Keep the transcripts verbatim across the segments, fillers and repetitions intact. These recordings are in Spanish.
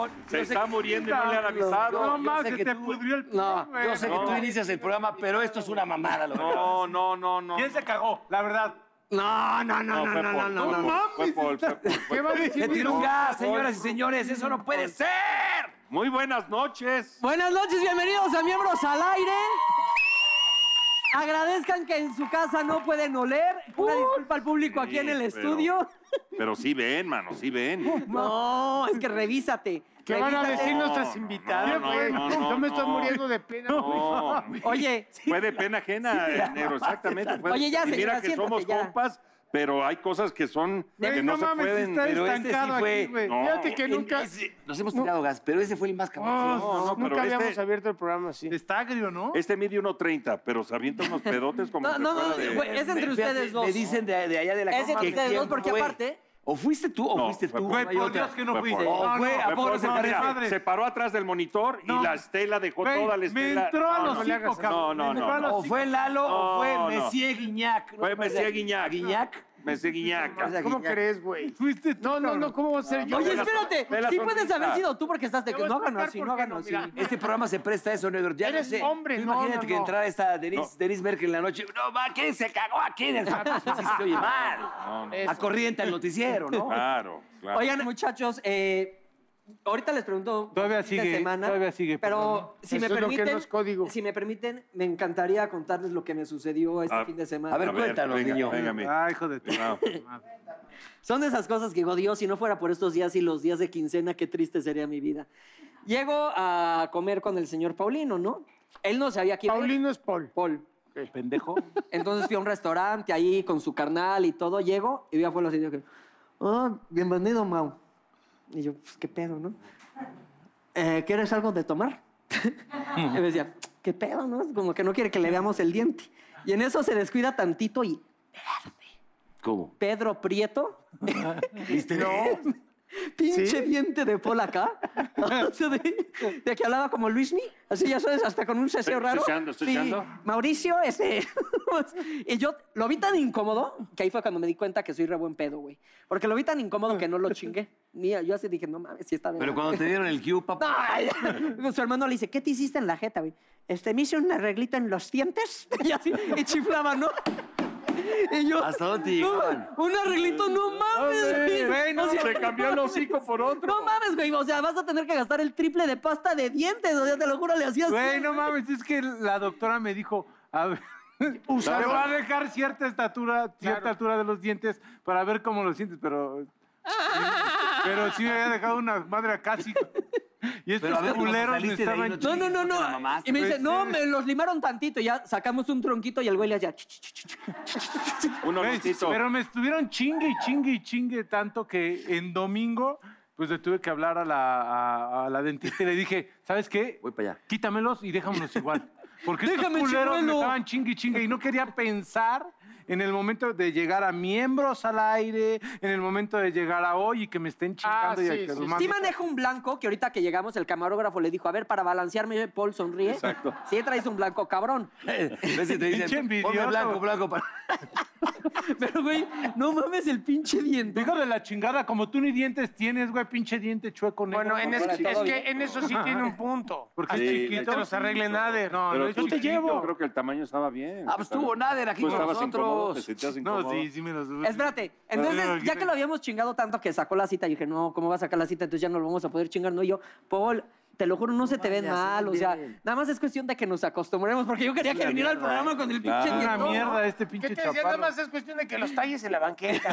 No, se está muriendo y no le han avisado. No, más, se te pudrió el pie, No, güey. yo sé que No. tú inicias el programa, pero esto es una mamada. Lo que No, no, no, no. ¿Quién se cagó? La verdad. No, no, no, no, fue no, no, Paul, no, fue no. Paul, fue Paul, fue Paul, fue ¿Qué va a Paul. decir? Se tiró un gas, señoras y señores, eso no puede ser. Muy buenas noches. Buenas noches, bienvenidos a Miembros al Aire. Agradezcan que en su casa no pueden oler. Una disculpa al público aquí Sí, en el pero- estudio. Pero sí ven, mano, sí ven. No, es que revísate. ¿Qué van a revísate. decir nuestras No, invitadas, no, güey? no, no, Yo me estoy no. muriendo de pena, güey. No, Oye, fue de pena ajena, negro, exactamente. Fue- Oye, ya, y mira señora, que siéntate, somos ya. compas, pero hay cosas que son Güey, que no, no se mames, pueden. está pero este sí estancado fue- aquí, güey. no. Fíjate que nunca... Ese- Nos hemos tirado gas, pero ese fue el más cabrón. No, No, no, nunca pero habíamos este- abierto el programa así. Está agrio, ¿no? Este mide uno treinta, pero se avienta unos pedotes como no, si no, no, fuera de... güey, es entre Me- ustedes fíjate, dos. Me dicen de, de allá de la Es entre que ustedes quién dos, porque fue. aparte- O fuiste tú o No, fuiste fue tú. Paul. no Güey, hay por otra. Dios que no Fue fuiste. Paul. O No, fue no, a Fue poco Paul, se no, parece. mira, madre. se paró atrás del monitor No. y la estela dejó Güey, toda la me estela. entró a No, los no, le cinco, hagas cabrón. No, no, Me no, entró a no. los O fue Lalo No, o fue no. Messier Guignac. Fue Messier Guignac. Guignac. Messier Guignac. O sea, ¿Cómo Guignac. crees, güey? Fuiste tú, No, no, cabrón. no, ¿cómo va a ser yo? Oye, Ve la- espérate. ve la Sí puedes sonrisa. haber sido tú porque estás de Te que voy a no hagan explicar así, por no qué hagan no, así. mira. Este programa se presta a eso, negro. Ya Eres no sé. hombre, Tú no, imagínate no, que no. entrara esta Denise, No. Denise Merkel en la noche. No, va, ¿quién se cagó aquí en el zapato? Sí, se oye mal. No, no. A corriente al noticiero, ¿no? Claro, claro. Oigan, muchachos, eh, ahorita les pregunto. Todavía fin de sigue, semana, todavía sigue, Pero perdón. si Eso me es lo que permiten, no es código. si me permiten, me encantaría contarles lo que me sucedió este A- fin de semana. a ver, cuéntanos, venga, niño. venga, mi- Ah, hijo de tu No. madre. Son de esas cosas que digo, Dios, si no fuera por estos días y los días de quincena, qué triste sería mi vida. Llego a comer con el señor Paulino, ¿no? Él no sabía quién era. Paulino es Paul. Paul. Pendejo. Entonces fui a un restaurante ahí con su carnal y todo. Llego y vi a Paul así, que, oh, bienvenido, Mau. Y yo, pues, ¿qué pedo, no? Eh, ¿Quieres algo de tomar? Y me decía, ¿qué pedo, no? Como que no quiere que le veamos el diente. Y en eso se descuida tantito y ¿Cómo? Pedro Prieto, ¿Viste? No. pinche ¿Sí? diente de Paul acá. O sea, de, de que hablaba como Luismi, así ya sabes, hasta con un ceseo Sí, raro. ceseando, ceseando. Mauricio, ese. Y yo lo vi tan incómodo que ahí fue cuando me di cuenta que soy re buen pedo, güey. Porque lo vi tan incómodo que no lo chingué. Mira, yo así dije, no mames, si está de Pero la- cuando te dieron el cue, papá. Ay, su hermano le dice, ¿qué te hiciste en la jeta, güey? Este, me hice un arreglito en los dientes. Y así, y chiflaba, ¿no? Y yo, ¿Hasta dónde te no, llegaban? un arreglito, no mames, güey. Güey, no, O sea, Se cambió el hocico por otro. no mames, güey. O sea, vas a tener que gastar el triple de pasta de dientes. O sea, te lo juro, le hacías. Güey, no mames, es que la doctora me dijo, a ver, te va a dejar cierta estatura, cierta altura de los dientes para ver cómo lo sientes, pero... Pero sí me había dejado una madre acá, sí. Y estos Pero a ver, cuando culeros me saliste de ahí, estaban... no te- No, no, no, no. ¿Te la mamaste? Y me dice, Pues, no, sí. me los limaron tantito. Y ya sacamos un tronquito y el güey le hacía. ch, ch, ch, ch. Un Güey, olorcito. pero me estuvieron chingue y chingue y chingue tanto que en domingo, pues le tuve que hablar a la, a, a la dentista y le dije, ¿sabes qué? Voy para allá. Quítamelos y déjamelos igual. Porque Déjame, estos culeros me chimuelo. estaban chingue y chingue y no quería pensar en el momento de llegar a miembros al aire, en el momento de llegar a hoy y que me estén chingando Ah, y a sí, que sí, los sí. mande- Sí maneja un blanco que ahorita que llegamos el camarógrafo le dijo, a ver, para balancearme, Paul sonríe. Exacto. Sí traes un blanco cabrón. ¿Ves si te Pinche dicen, envidioso. ponme blanco, blanco para... Pero, güey, no mames el pinche diente. Hijo de la chingada, como tú ni dientes tienes, güey, pinche diente chueco negro. Bueno, en es, Ahora, es todo que bien. en eso sí tiene un punto. Porque Sí, es Que chiquito. te los arregle Nader. No, Pero no es tú te chiquito. llevo. Yo creo que el tamaño estaba bien. Ah, pues estuvo Nader aquí Tú con estabas incómodo, te nosotros. sentías No, incómodo. sí, sí me los subes. Espérate, entonces, No, ya que lo habíamos chingado tanto que sacó la cita, yo dije, no, ¿cómo va a sacar la cita? Entonces ya no lo vamos a poder chingar, no. Y yo, Paul, te lo juro, no se te ven vayas, mal, se o ven sea, bien. nada más es cuestión de que nos acostumbremos, porque yo quería Es que una viniera al mierda, programa con el Claro. pinche Una dientón, ¿no? mierda este ¿Qué pinche te decía? Nada chaparro. más es cuestión de que los talles en la banqueta.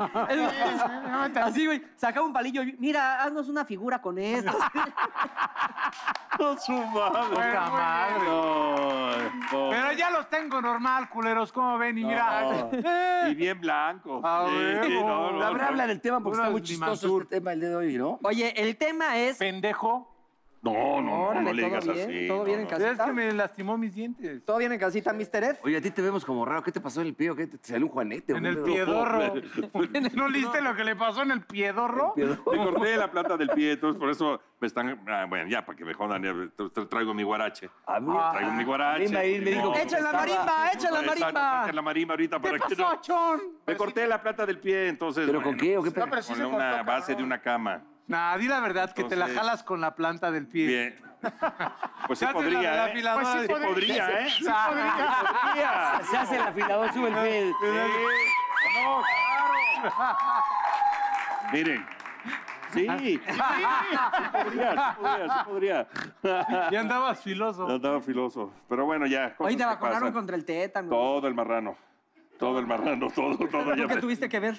Así, güey, sacaba un palillo, y, mira, haznos una figura con esto. No, su madre. Poca madre. No, no. Pero ya los tengo normal, culeros, ¿cómo ven? Y mira, No. Y bien blanco. Ah, Sí, huevo. no, no, La verdad, no. habla del tema porque está Unas muy chistoso Limansur. este tema el día de hoy, ¿no? Oye, el tema es... pendejo. No, no, no, Órale, no le ¿todo digas bien? así. ¿Todo no, bien en no. casa? Es que me lastimó mis dientes. ¿Todo bien en casita, mister Ed? Oye, a ti te vemos como raro. ¿Qué te pasó en el pie o qué? ¿Te salió un juanete? o En qué el pedo? piedorro. ¿No leíste lo que le pasó en el piedorro? Me corté la planta del pie, entonces por eso me están... ah, bueno, ya, para que me jodan, ya, tra- tra- traigo mi guarache. A mí, Traigo mi guarache. a mí me- me dijo que ¡Echa la estaba- marimba, echa la Exacto, marimba! saca la marimba ahorita para que no... Chon? Me corté la planta del pie, entonces... ¿Pero con bueno, qué o qué No, pedo? pero sí Con se una cortó, base cabrón. de una cama. Nah, di la verdad, que te la Entonces- jalas con la planta del pie. Bien. Pues sí Hazte la de podría, la ¿eh? afiladora. Pues sí Pues sí podría, ¿eh? Sí podría. Podría. Se hace el afilador, sube el pie. Sí. No, claro. Miren. Sí. Sí podría, sí podría, sí podría. Ya andabas filoso. Andaba filoso. Pero bueno, ya. cosas Oye, te que vacunaron pasan. contra el tétano. Todo el marrano. Todo el marrano, todo, todo. ¿Tú ya qué me- tuviste que ver?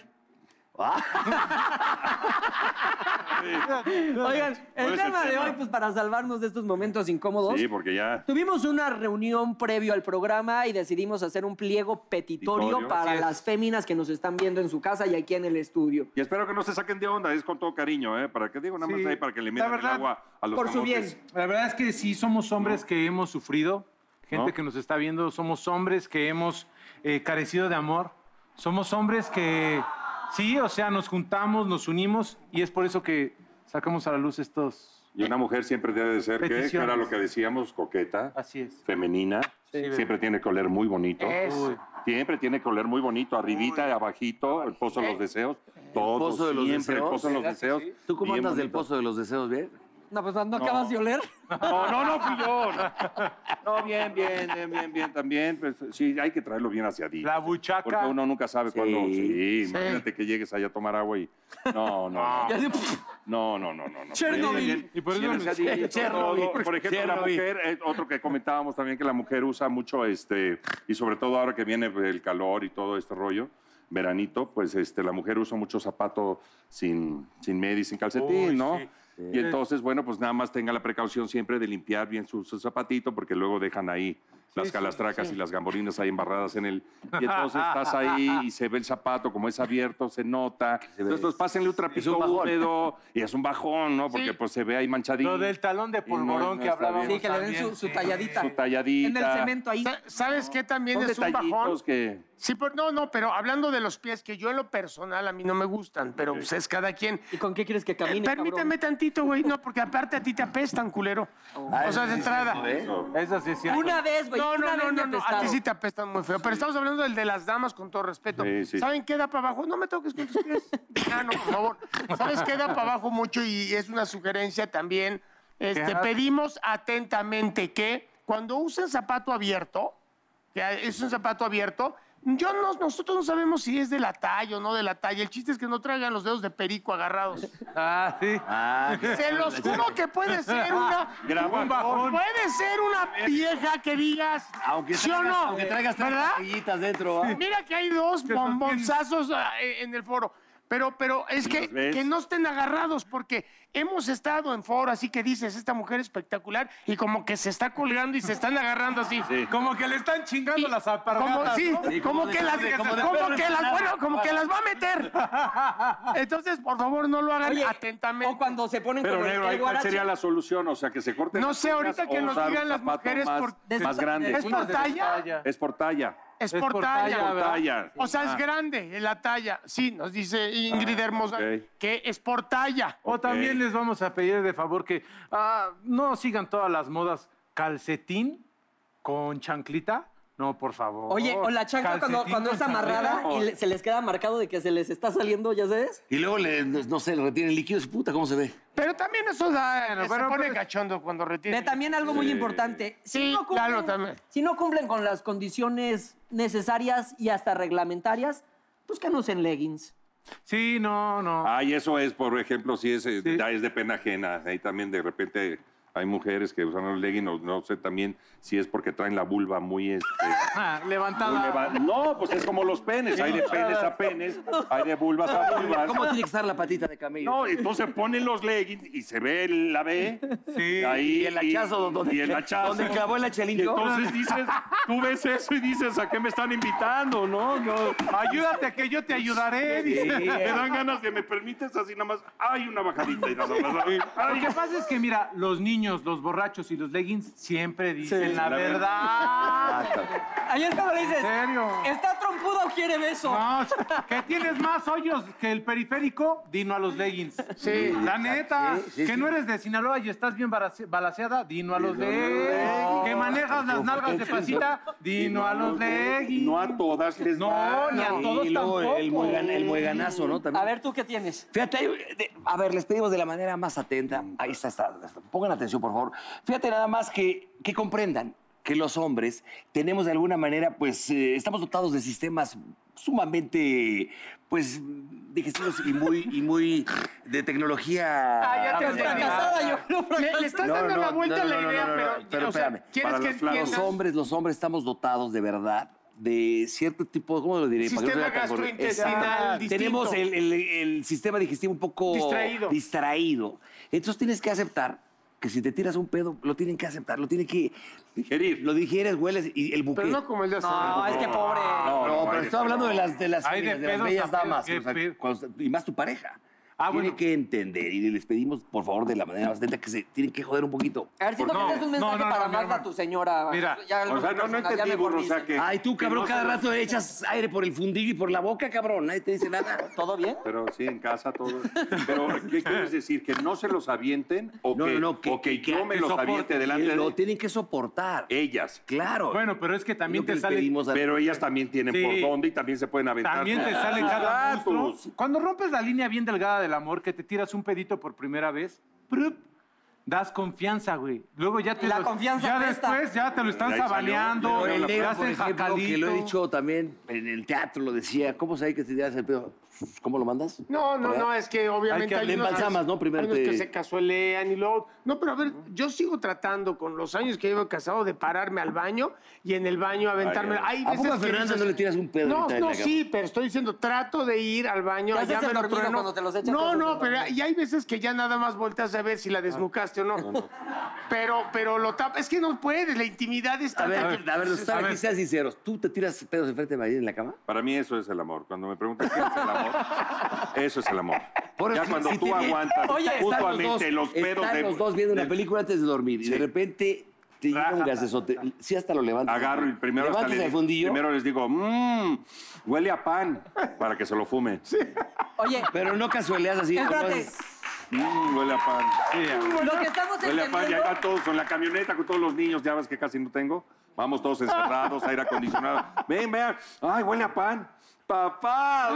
Sí. Oigan, el ¿Cuál es el tema de tema? hoy, pues para salvarnos de estos momentos incómodos, Sí, porque ya. tuvimos una reunión previo al programa y decidimos hacer un pliego petitorio Petitorio, para así es. las féminas que nos están viendo en su casa y aquí en el estudio. Y espero que no se saquen de onda, es con todo cariño, ¿eh? Para que digo nada más Sí. ahí, para que le La miren el verdad, agua a los por su camotes. bien. La verdad es que sí somos hombres que hemos sufrido, gente ¿No? que nos está viendo, somos hombres que hemos eh, carecido de amor, somos hombres que sí, o sea, nos juntamos, nos unimos y es por eso que sacamos a la luz estos... Y una mujer siempre debe de ser, ¿qué? Que Peticiones. era lo que decíamos, coqueta, Así es. femenina, siempre tiene que oler muy bonito. Eso. Siempre tiene que oler muy bonito, arribita y abajito, el pozo de los deseos. Todo, pozo de los siempre, deseos? el pozo de los deseos. ¿Tú cómo bien andas del bonito. pozo de los deseos, bien? No, pues no acabas de oler. No, no, no fui yo. No, No, bien, bien, bien, bien, bien, también. Pues, sí, hay que traerlo bien hacia ti. La buchaca. Porque uno nunca sabe Sí. cuándo. Sí, Sí. imagínate que llegues allá a tomar agua y. No, no. Y así, No, no, no, no. no. Chernobyl. Bien, bien. Y por eso Bien me- aseadito, Chernobyl. todo. Por ejemplo, la Chernobyl. mujer, eh, otro que comentábamos también, que la mujer usa mucho, este, y sobre todo ahora que viene el calor y todo este rollo, veranito, pues este, la mujer usa mucho zapato sin, sin media y sin calcetín, Uy, ¿no? sí. Y entonces, bueno, pues nada más tenga la precaución siempre de limpiar bien su, su zapatito, porque luego dejan ahí las sí, calastracas sí. y las gambolinas ahí embarradas en el... Y entonces estás ahí y se ve el zapato, como es abierto, se nota. Entonces, pues pásenle un trapito bajón. húmedo y es un bajón, ¿no? Porque Sí. pues se ve ahí manchadito. Lo del talón de Y no- polvorón no que está hablábamos. bien. Sí, que le den también, su, su sí. talladita. Su talladita. En el cemento ahí. Sa- ¿Sabes qué también Son es un bajón? detallitos que... Sí, pero no, no, pero hablando de los pies, que yo en lo personal a mí no me gustan, pero pues es cada quien. ¿Y con qué quieres que camine, Permíteme tantito, güey. No, porque aparte a ti te apestan, culero. o sea, de entrada. Eso. Eso sí es cierto. Una vez, güey. No, una no, no, vez me no, no. A apestaron. ti sí te apestan muy feo. Pero estamos hablando del de las damas, con todo respeto. Sí, sí. ¿Saben qué da para abajo? No me toques con tus pies. Ah, no, por favor. ¿Sabes qué da para abajo mucho? Y es una sugerencia también. Este, ¿Qué? pedimos atentamente que cuando usen zapato abierto, que es un zapato abierto, yo no, nosotros no sabemos si es de la talla o no de la talla. El chiste es que no traigan los dedos de perico agarrados. Ah, sí. Ah, Se los juro que puede ser una... Graba Un bajón. Puede ser una vieja que digas, aunque ¿sí o traigas, no? aunque traigas tres ¿verdad? pastillitas dentro. ¿ah? Mira que hay dos Que bombonzazos ah, en el foro. Pero, pero es que, ¿Los ves? que no estén agarrados, porque hemos estado en foro, así que dices, esta mujer espectacular, y como que se está colgando y se están agarrando así. Sí. Como que le están chingando Y las como, alpargatas, sí, ¿no? Sí, como, como de- que las, de- como de como perro que las, entrenado. bueno, como que las va a meter. Entonces, por favor, no lo hagan Oye, atentamente. o cuando se ponen Pero con el- negro, el ¿ahí cuál guarache. sería la solución? O sea, que se corten No las sé, uñas ahorita que o nos usar un digan las zapato mujeres más, por- más grande. ¿Es por talla? Es por talla. Es Es por por talla. talla, Por ¿verdad? talla. O sea, es grande la talla. Sí, nos dice Ingrid Hermosa ok. que es por talla. O Ok. también les vamos a pedir de favor que ah, no sigan todas las modas calcetín con chanclita. No, por favor. Oye, o la chancla cuando, Calcetín cuando con es amarrada chancleta. y le- se les queda marcado de que se les está saliendo, ¿ya sabes? Y luego, le, no sé, le retienen líquidos. Puta, ¿cómo se ve? Pero también eso da, Bueno, se pero- pone pero- cachondo cuando retiene. Ve, también algo muy importante. Si Sí, no cumplen, claro, también. Si no cumplen con las condiciones necesarias y hasta reglamentarias, pues que no usen leggings. Sí, no, no. Ah, y eso es, por ejemplo, si es, eh, Sí. ya es de pena ajena. Ahí también de repente hay mujeres que usan los leggings, no, no sé también si es porque traen la vulva muy... Este, Ah, muy levantada. leva- No, pues es como los penes. Hay de penes a penes, hay de vulvas a vulvas. ¿Cómo tiene que estar la patita de camello? No, entonces ponen los leggings y se ve el- la B. Sí. Ahí, Y el hachazo, donde- y el hachazo. donde clavó el Y hachelingo. entonces dices, tú ves eso y dices, ¿a qué me están invitando? No, no. Ayúdate que yo te ayudaré. dice. Me dan ganas de, ¿me permites así nada más? Hay una bajadita y nada más. Ay, Lo que pasa es que, mira, los niños niños, los borrachos y los leggings siempre dicen Sí, la, la verdad. Ahí es cuando dices, ¿En serio? ¿está trompudo o quiere beso? No, que tienes más hoyos que el periférico, dino a los leggings. Sí. La neta, Sí, sí, que sí. no eres de Sinaloa y estás bien balace- balaseada, dino a los leggings. Que manejas las nalgas de pasita, dino a los leggings. No a todas les No, va. ni a todos Y luego tampoco. el, muegan- el mueganazo, ¿no? También. A ver, ¿tú qué tienes? Fíjate, hay- de- a ver, les pedimos de la manera más atenta. Ahí está, está, está. Pongan atención, por favor. Fíjate nada más que, que comprendan que los hombres tenemos de alguna manera, pues, eh, estamos dotados de sistemas sumamente, pues, digestivos y muy, y muy de tecnología. Ah, ya te Pues entendí. fracasada, yo creo Le, le estás No, dando no, la vuelta no, a la no, no, idea, no, no, pero, pero o sea, espérame. ¿quieres Para que los flacos. Los entiendas? hombres, los hombres estamos dotados de verdad de cierto tipo, ¿cómo lo diré? Para que no Sistema sea tan correcto. gastrointestinal Exacto. distinto. Tenemos el, el- el sistema digestivo un poco Distraído. distraído. Entonces tienes que aceptar que si te tiras un pedo, lo tienen que aceptar, lo tienen que Digerir. Lo digieres, hueles y el buque. Pero no como el de hace No, es que pobre. No, no, pero hay estoy hablando de las, de las, Hay de féminas, de las pedos bellas a pedos, damas. qué o sea, pedo. cuando- y más tu pareja. Ah, Tiene bueno. que entender y les pedimos, por favor, de la manera más atenta que se tienen que joder un poquito. A ver, siento No, que este es un no, mensaje no, para no, mi Magda, hermano. tu señora. Mira, Ya algo O sea, no, no personal, ya entendí, mejor burro, o sea dice. que... Ay, tú, que cabrón, no cada se- rato echas aire por el fundillo y por la boca, cabrón. Nadie te dice nada. ¿Todo bien? Pero sí, en casa todo. Pero, ¿qué quieres decir? ¿Que no se los avienten o No, que, no, no, que- o que que- yo me que los soporten. aviente delante de Lo tienen que soportar. ellas? Claro. Bueno, pero es que también Lo que te les sale... pedimos a- Pero ellas también tienen Sí. por dónde y también se pueden aventar. También te sus- sale sus cada datos. monstruo. Cuando rompes la línea bien delgada del amor, que te tiras un pedito por primera vez, ¡prup! Das confianza, güey. Luego ya te La lo- confianza Ya apesta. después ya te lo están Ya ahí salió. sabaneando, Pero el te negro, por hacen ejemplo, que jacalito. lo he dicho también en el teatro, lo decía. ¿Cómo sabes que te tiras el pedo? ¿Cómo lo mandas? No, no, no, es que obviamente Hay que- le unos embalsamas, ¿no? Primero hay unos te- que se cazuelean y luego... No, pero a ver, yo sigo tratando con los años que llevo casado de pararme al baño y en el baño aventarme... Ay, Hay ¿A poco veces a que Fernanda dices- no le tiras un pedo No, ahorita en no, la cama? sí, pero estoy diciendo, trato de ir al baño... Te haces allá el me lo dormido trueno. cuando te los echas, te No, haces no, el pero dormido. y hay veces que ya nada más volteas a ver si la desnucaste o no. Pero, pero lo tapas... Es que no puedes, la intimidad está... A ver, a ver, a ver, A aquí ver. sean sinceros. ¿Tú te tiras pedos enfrente de María en la cama? Para mí eso es el amor. Cuando me preguntan qué es el amor, eso es el amor. Por ya eso, cuando si tú te- aguantas Oye, están los dos, mutuamente los, pedos están de... los dos viendo una de- película antes de dormir y de Sí. repente te llega un gasesote. Sí, hasta lo levantas. Agarro y primero, hasta levantas le- el fundillo. primero les digo, mmm, huele a pan, para que se lo fume. Oye, Pero no casueleas así. como espérate. es- Mmm, huele a pan. Lo que estamos Huele a pan, y ahí entendiendo... van todos con la camioneta, con todos los niños, ya ves que casi no tengo. Vamos todos encerrados, aire acondicionado. Ven, vean, ay, huele a pan. Papá.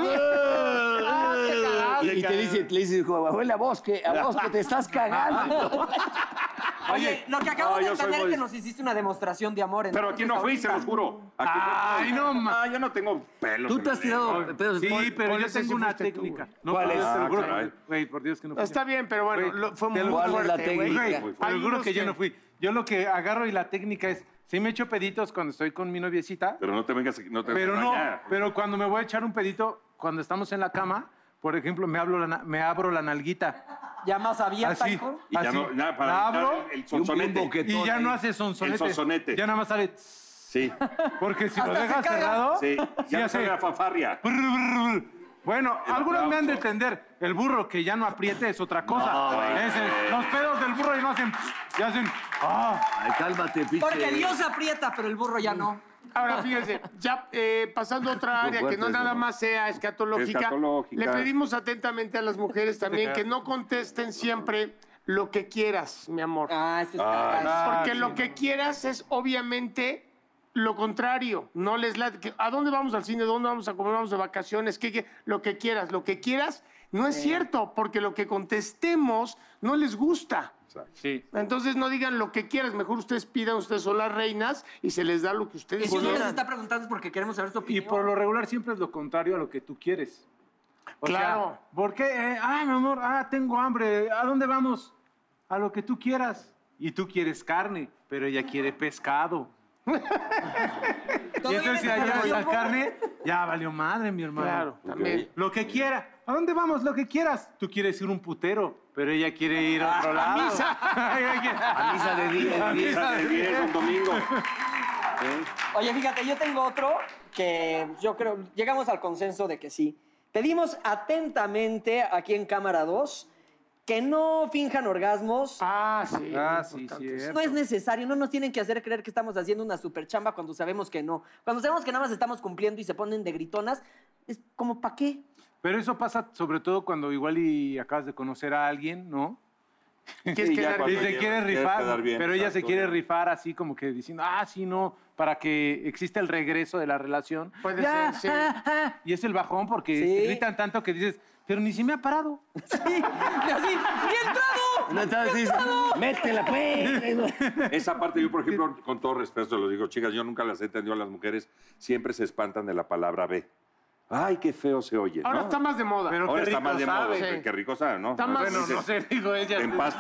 Y, y te dice, le dice, hijo, huele a bosque, a bosque, te estás cagando. Oye, lo que acabamos no, de yo soy entender es muy- que nos hiciste una demostración de amor. Pero aquí no fui, se los juro. Aquí Ay, no, ma- Ah, yo no tengo pelos. ¿Tú en te la has tirado lengua. pedos? Sí, Pon- pero yo ponle ese tengo si una fuiste tú, técnica. güey. No, ¿Cuál pero es? te lo Ah, juro caray. que- Güey, por Dios que no fui. Está bien, pero bueno, Güey, lo- fue te muy lo- ¿Cuál es la fuerte, güey. técnica? Güey, Muy te lo Hay juro unos que yo no fui. Yo lo que agarro y la técnica es, sí me echo peditos cuando estoy con mi noviecita, Pero no te vengas, no te pero no, rayar. pero cuando me voy a echar un pedito, cuando estamos en la cama, por ejemplo, me, hablo la na- me abro la nalguita. Ya más abierta, Así, hijo. Y ya así. no, nada, para la evitar abro el, el Y un- sonsonete. un boquete. y ya ahí. no hace sonsonete. El sonsonete. Ya nada más sale... Sí, Porque si lo Hasta se dejas caga. cerrado, sí. sí Ya no hace... sale la fanfarria. brr, brr, brr. Bueno, El algunos me han de aplauso. entender. El burro que ya no apriete es otra cosa. Es el- los pedos del burro y no hacen... Ya hacen... ¡Ah! Ay, cálmate, pinche. Porque Dios aprieta, pero el burro ya no. Ahora, fíjense, ya eh, pasando a otra área que fuerte no eso, nada ¿no? más sea escatológica, Escatológica. le pedimos atentamente a las mujeres también que no contesten siempre lo que quieras, mi amor. Ah, este es Ah, cagado. Porque sí, lo no. que quieras es obviamente lo contrario. No les late que, ¿a dónde vamos al cine? ¿Dónde vamos a comer? ¿Vamos de vacaciones? ¿Qué, qué? Lo que quieras. Lo que quieras no es cierto, porque lo que contestemos no les gusta. Sí. Entonces no digan lo que quieras, mejor ustedes pidan, ustedes son las reinas y se les da lo que Y ustedes si uno les quieran. está preguntando es porque queremos saber su Y opinión. por lo regular siempre es lo contrario a lo que tú quieres. O Claro. sea, ¿por qué? Eh, ah, mi amor, ah, tengo hambre. ¿A dónde vamos? A lo que tú quieras. Y tú quieres carne, pero ella quiere pescado. ¿Todo Y bien entonces si en tu la llevas relación, a Bo? carne, ya valió madre, mi hermano. Claro, también. Lo que quiera. ¿A dónde vamos? Lo que quieras. Tú quieres ir un putero, pero ella quiere ir a otro lado. Ella quiere- A misa de día, de día. Misa de diez, un domingo. Oye, fíjate, yo tengo otro que yo creo, llegamos al consenso de que sí. Pedimos atentamente aquí en Cámara dos que no finjan orgasmos. Ah, sí. Ah, sí, importante. cierto. No es necesario, no nos tienen que hacer creer que estamos haciendo una super chamba cuando sabemos que no. Cuando sabemos que nada más estamos cumpliendo y se ponen de gritonas, es como, ¿para qué? Pero eso pasa sobre todo cuando igual y acabas de conocer a alguien, ¿no? ¿Quieres Sí, ya quedar cuando Y bien? se lleva- quiere quieres rifar, quedar bien, pero ella se exacto, quiere ya. rifar así como que diciendo, ah, sí, no, para que exista el regreso de la relación. Puede Ya, ser, sí. ah, ah. Y es el bajón porque Sí. te gritan tanto que dices, pero ni se me ha parado. Sí, y así, ¡bien entrado! No, entonces dice, métela, pues. Esa parte yo, por ejemplo, con todo respeto lo digo, chicas, yo nunca las he entendido a las mujeres, siempre se espantan de la palabra B. Ay, qué feo se oye, ¿no? Ahora está más de moda. Pero Ahora qué está rico más de sabe. moda, Sí. qué rico sabe, ¿no? Está más- Bueno, Dices, no sé, digo ella. En paz,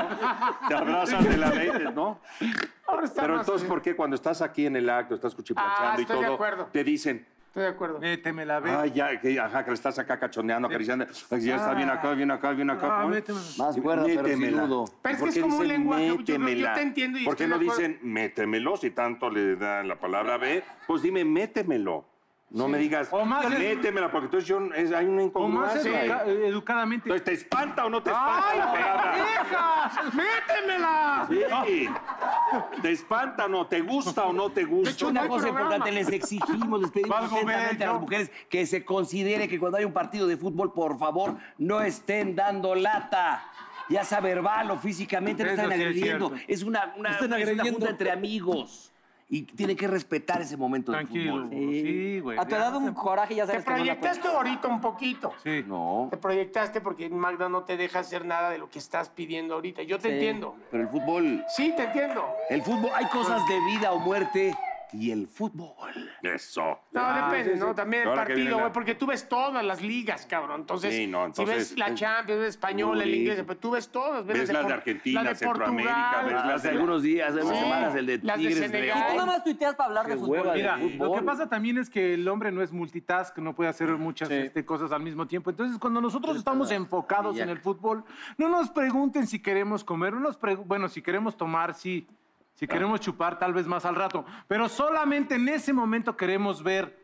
te abrazas de la ley, ¿no? Ahora está Pero más... entonces, ¿por qué cuando estás aquí en el acto, estás cuchiplanchando Ah, y estoy de todo, acuerdo. te dicen, Estoy de acuerdo. Méteme la ve. ay, ya, que, ajá, que le estás acá cachondeando, acariciando, ay, ya está bien acá, bien acá, bien acá. Ah, ¿no? métemela. Más cuerda, pero sin Métemela. nudo. Pero es ¿Por que qué es como un dicen lenguaje, yo- yo- yo métemela? te entiendo y ¿Por qué estoy no de acuerdo. dicen métemelo si tanto le dan la palabra B? Pues dime, métemelo. No me digas, O más es- métemela, porque entonces yo, es, hay una O más incongruencia. educa- ahí. eh, educadamente. Entonces, ¿te espanta o no te espanta la palabra? ¡Hija! ¡Métemela! Sí. ¿Te espanta o no? ¿Te gusta o no te gusta? hecho, Una no hay cosa programa. importante, les exigimos, les pedimos Valgo atentamente a bello. las mujeres que se considere que cuando hay un partido de fútbol, por favor, no estén dando lata. Ya sea verbal o físicamente, no Eso están sí es agrediendo. cierto. Es una, una, Están una- es una agrediendo. junta entre amigos. Y tienen que respetar ese momento del Tranquilo. fútbol. Sí, güey. A tu edad un coraje ya Te sabes que no la proyectaste ahorita un poquito. Sí. No, Te proyectaste porque Magda no te deja hacer nada de lo que estás pidiendo ahorita. Yo te Sí. entiendo. pero el fútbol, Sí, te entiendo. el fútbol, hay cosas de vida o muerte y el fútbol. Eso. No, Ah, depende, sí, sí. ¿no? También el Ahora que viene partido, la- güey, porque tú ves todas las ligas, cabrón. Entonces, Sí, no, si entonces- ves la Champions, ves española, el Uy. inglés, pero tú ves todas. Ves, Ves de las de Por- Argentina, la de Centroamérica, Portugal, ves las Hace de- algunos días, hace unas Sí, semanas, el de las de Tigres de Senegal. Y tú nada más tuiteas para hablar de Qué fútbol. hueva de Mira, fútbol. lo que pasa también es que el hombre no es multitask, no puede hacer muchas este, cosas al mismo tiempo. Entonces, cuando nosotros estamos enfocados en el fútbol, no nos pregunten si queremos comer, no nos pregu- bueno, si queremos tomar, sí. Si queremos chupar, tal vez más al rato. Pero solamente en ese momento queremos ver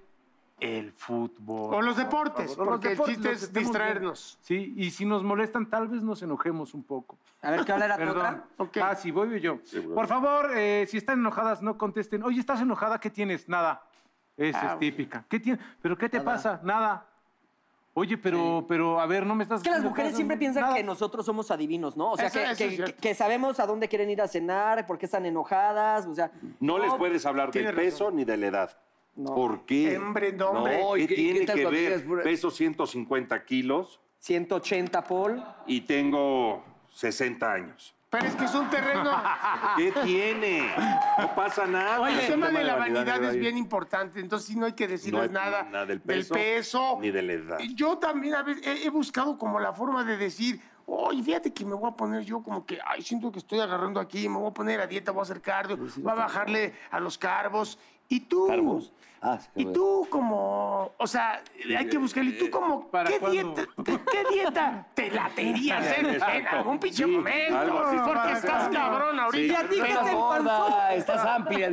el fútbol. O los por deportes, favor. O los porque el deportes, chiste lo es que estemos distraernos. viendo. Sí, y si nos molestan, tal vez nos enojemos un poco. A ver, ¿qué hablar a tu Perdón. otra? Ok. Ah, sí, voy yo. bro. Por favor, eh, si están enojadas, no contesten. Oye, ¿estás enojada? ¿Qué tienes? Nada. Esa Ah, es típica. ¿Qué tiene? ¿Pero qué te pasa? Nada. Oye, pero, pero, a ver, no me estás... Es que las haciendo mujeres caso. siempre piensan Nada. que nosotros somos adivinos, ¿no? O sea, Eso- que, eso que- es cierto. que sabemos a dónde quieren ir a cenar, por qué están enojadas, o sea... No les puedes hablar del Tienes peso ni de la edad. No. ¿Por qué? Hombre, no, hombre. No, ¿Qué ¿y qué- tiene qué tal que cuando ver? digas pura- Peso ciento cincuenta kilos ciento ochenta, Paul. y tengo sesenta años. Pero es que es un terreno... ¿Qué tiene? No pasa nada. el Es tema un de la vanidad me va a es ir. bien importante, entonces sí no hay que decirles No hay nada, nada del del peso, peso. ni de la edad. Yo también a veces he, he buscado como la forma de decir, oye, fíjate que me voy a poner yo como que, ay, siento que estoy agarrando aquí, me voy a poner a dieta, voy a hacer cardio, voy a bajarle a los carbos. Y tú... ¿Carbos? Ah, sí, Y bueno. tú como, o sea, hay que buscarle. ¿Y tú como ¿Para qué cuándo? dieta, te- qué dieta te latería hacer en Exacto. algún pinche Sí, momento? algo así. Porque Para estás cuándo. cabrón ahorita. Sí. ¿Y a ti qué Estás te empanzó? gorda, estás amplia.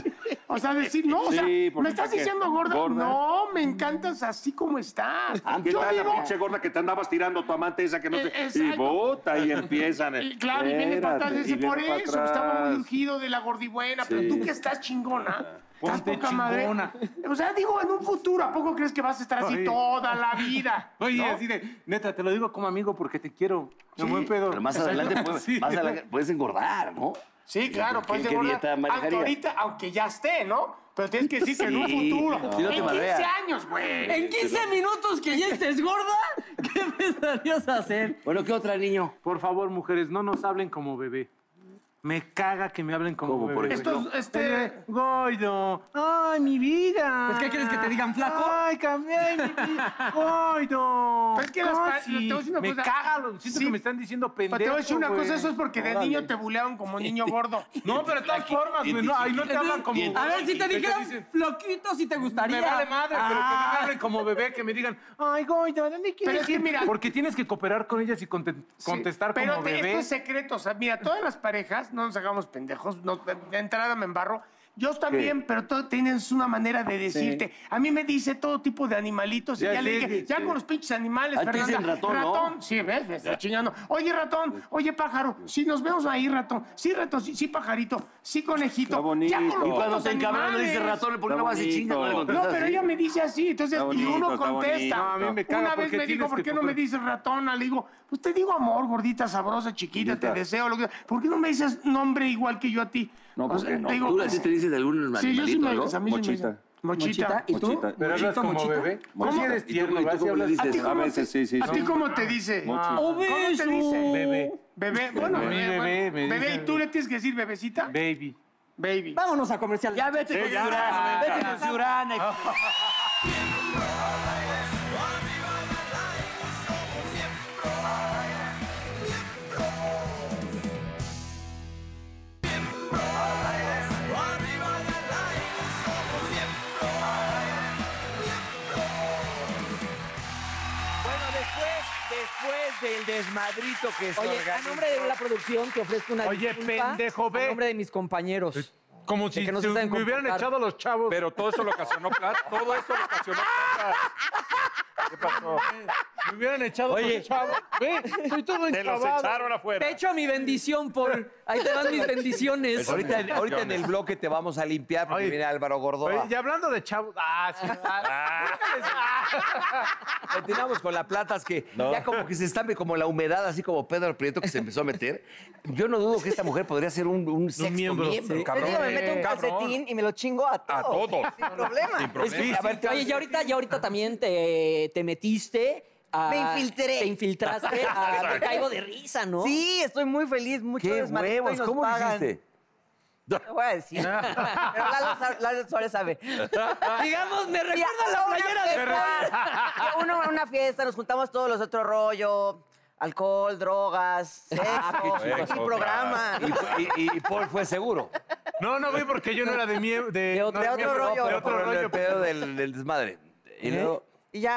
O sea, decir, no, o sea, Sí, porque ¿me estás ¿qué? diciendo gorda? ¿Gorda? No, me encantas así como estás. ¿Qué Yo tal la digo- pinche gorda que te andabas tirando tu amante esa que no Eh, te... Y exacto. bota y empiezan. Y claro, y viene para atrás y Espérate, dice, y por viene para eso, estaba muy atrás. urgido de la gordibuena, pero tú que estás chingona, estás Ponte poca madre. chingona. O sea, digo, en un futuro, ¿a poco crees que vas a estar así Oye. toda la vida? Oye, ¿no? así de, neta, te lo digo como amigo porque te quiero. De Sí, buen pedo. Pero más adelante puedes, Sí. más adelante puedes engordar, ¿no? Sí, claro, ¿Qué- pues qué de gorda, dieta aunque manejarías? ahorita, aunque ya esté, ¿no? Pero tienes que decir que en un Sí, futuro. si no te en madreas. quince años, güey. En quince minutos que ya estés gorda, ¿qué empezarías a hacer? Bueno, ¿qué otra, niño? Por favor, mujeres, no nos hablen como bebé. Me caga que me hablen como ¿Cómo, bebé. por ejemplo? Esto, este... Eh, Goido. ¡Ay, mi vida! Pues, ¿qué quieres que te digan, flaco? ¡Ay, cambié mi vida! ¡Goido! Pero es que las pa- Casi. te voy a decir una Me cosa. caga, lo- siento Sí. que me están diciendo pendejo, Pero te voy a decir una güey. cosa, eso es porque de Órale. niño te buleaban como niño gordo. No, pero de todas formas, güey. No, ahí no te hablan como... A ver, si te ¿Qué dijeran dicen? floquito, si te gustaría. Me vale madre, pero que no Ah. me hablen como bebé, que me digan, ay, Goido, ¿dónde quieres Pero es que ir?" mira- Porque tienes que cooperar con ellas y conte- Sí, contestar pero como te- bebé. esto es secreto. O sea, mira, todas las parejas, no nos hagamos pendejos, no, de de entrada me embarro, Yo también, pero todos tienen una manera de decirte. A mí me dice todo tipo de animalitos y Ya, ya le sí, dije, sí, ya sí. con los pinches animales, A ti te Fernanda. dicen ratón, ¿no? ratón. Sí, ves, me está chingando. Oye, ratón, oye, pájaro, sí, nos vemos ahí, ratón. Sí, ratón, sí, sí, pajarito, sí, conejito. Está bonito. Ya con los Y Y cuando putos se encabronan le dice animales. ratón, ¿por qué Está no vas y bonito. chingas? No le No, contestas pero así. ella me dice así, entonces, Está y bonito, uno está contesta. bonito. No, a mí me caga Una vez porque me dijo, tienes ¿por que qué no me coger- dices ratona? Le digo, pues te digo amor, gordita, sabrosa, chiquita, te Chiquita. deseo. Lo que... ¿Por qué no me dices nombre igual que yo a ti? No, O ¿por sea, qué no? te digo, Tú así te dices de algún sí, yo sí me... animalito, a ¿no? mí sí me Mochita. dicen. Mochita. ¿Y tú? Mochita. Pero hablas ¿Mochita, como mochita? bebé. ¿Cómo? Sí eres ¿Y tú- tierno, y tú ¿verdad? Sí cómo le hablas- dices? ¿A ti A cómo veces te- sí, sí, ¿A ti sí. cómo te dice? Mochi. ¿Cómo te dice? Bebé. Bebé, bueno, Bebé, bebé, bebé, me bebé, dicen- ¿y tú le tienes que decir bebecita? Baby. Baby. Vámonos a comercial. Ya vete con ya, Ciurán, ya. vete con Ciurán. Bueno, después, después del desmadrito que se Oye, a organizó. nombre de la producción te ofrezco una Oye, disculpa pendejo, ve. a nombre de mis compañeros. Como si que no se se saben me hubieran comportar. echado los chavos. Pero todo eso lo ocasionó Plat. Todo eso lo ocasionó Plat. ¿Qué pasó? Me hubieran echado Oye. los chavos. Ve, estoy todo Te los enchavado. echaron afuera. Te echo a mi bendición, Paul. Ahí te van mis bendiciones. Ahorita, ahorita en el bloque te vamos a limpiar porque Oye. viene Álvaro Gordoa. Oye, y hablando de chavos. Ah, sí. Continuamos con la platas que ya como que se está como la humedad, así como Pedro Prieto que se empezó a meter. Yo no dudo que esta mujer podría ser un, un sexto miembro. miembro, Sí. cabrón. Yo digo, me meto un cabrón. calcetín y me lo chingo a todos. A todos. Sin problema. Sin problema. A ver, te- Oye, y ahorita, y ahorita también te, te metiste a... Me infiltré. Te infiltraste a... Me caigo de risa, ¿no? Sí, estoy muy feliz, mucho ¿Qué desmadrito y huevos? nos ¿Cómo lo pagan. hiciste? No te voy a decir. Pero Lalo, Sa- Lalo Suárez sabe. Digamos, me recuerda Fui la a una playera de fiesta, fui a uno- una fiesta, nos juntamos todos los de otro rollo. Alcohol, drogas, sexo, qué chido. y programa. Y, y- y Paul fue seguro. No, no, güey, porque yo no era de miembro. De, De otro- no era de otro miembro, rollo. De Pero otro por el rollo. pedo del, del desmadre. Y luego, Y ya.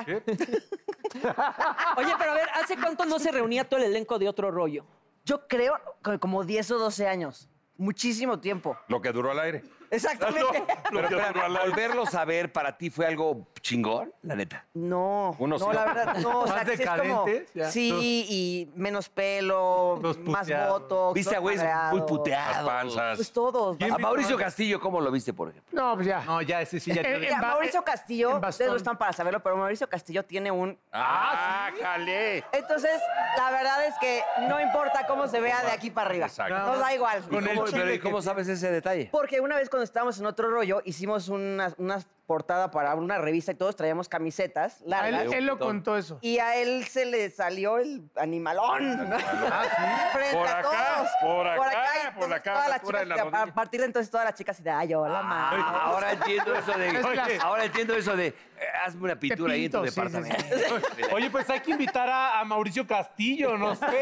Oye, pero a ver, ¿hace cuánto no se reunía todo el elenco de Otro Rollo? Yo creo que como diez o doce años. Muchísimo tiempo. Lo que duró al aire. Exactamente. pero espera, volverlos a ver para ti fue algo chingón, la neta. No, Uno no, sí. la verdad, no. O sea, Más que sí es como, decadentes, ya. sí, y menos pelo, Los más puteados. botox. Viste a más güeyes muy madreados. Las puteados. panzas. Pues todos. ¿Quién A vi- Mauricio Castillo, ¿cómo lo viste, por ejemplo? No, pues ya. No, ya, ese sí, ya. Eh, Mira, en ba- Mauricio Castillo, en bastón. ustedes no están para saberlo, pero Mauricio Castillo tiene un... ¡Ah, jale! Entonces, la verdad es que no importa cómo se vea de aquí para arriba. Exacto. Nos da igual. Con el ¿Cómo- chile pero ¿y que- cómo sabes ese detalle? Porque una vez cuando estábamos en otro rollo, hicimos una, una portada para una revista y todos traíamos camisetas A largas. él, él lo contó eso. Y a él se le salió el animalón. ¿no? Frente Por a acá, todos. por acá, y por entonces acá, todas la las altura de chicas, la a rodilla. partir de entonces todas las chicas y de, ay, yo la madre. Ahora entiendo eso de. Oye. Ahora entiendo eso de. eh, hazme una pintura ahí en tu pinto, sí, sí, departamento. Oye, pues hay que invitar a, a Mauricio Castillo, no sé.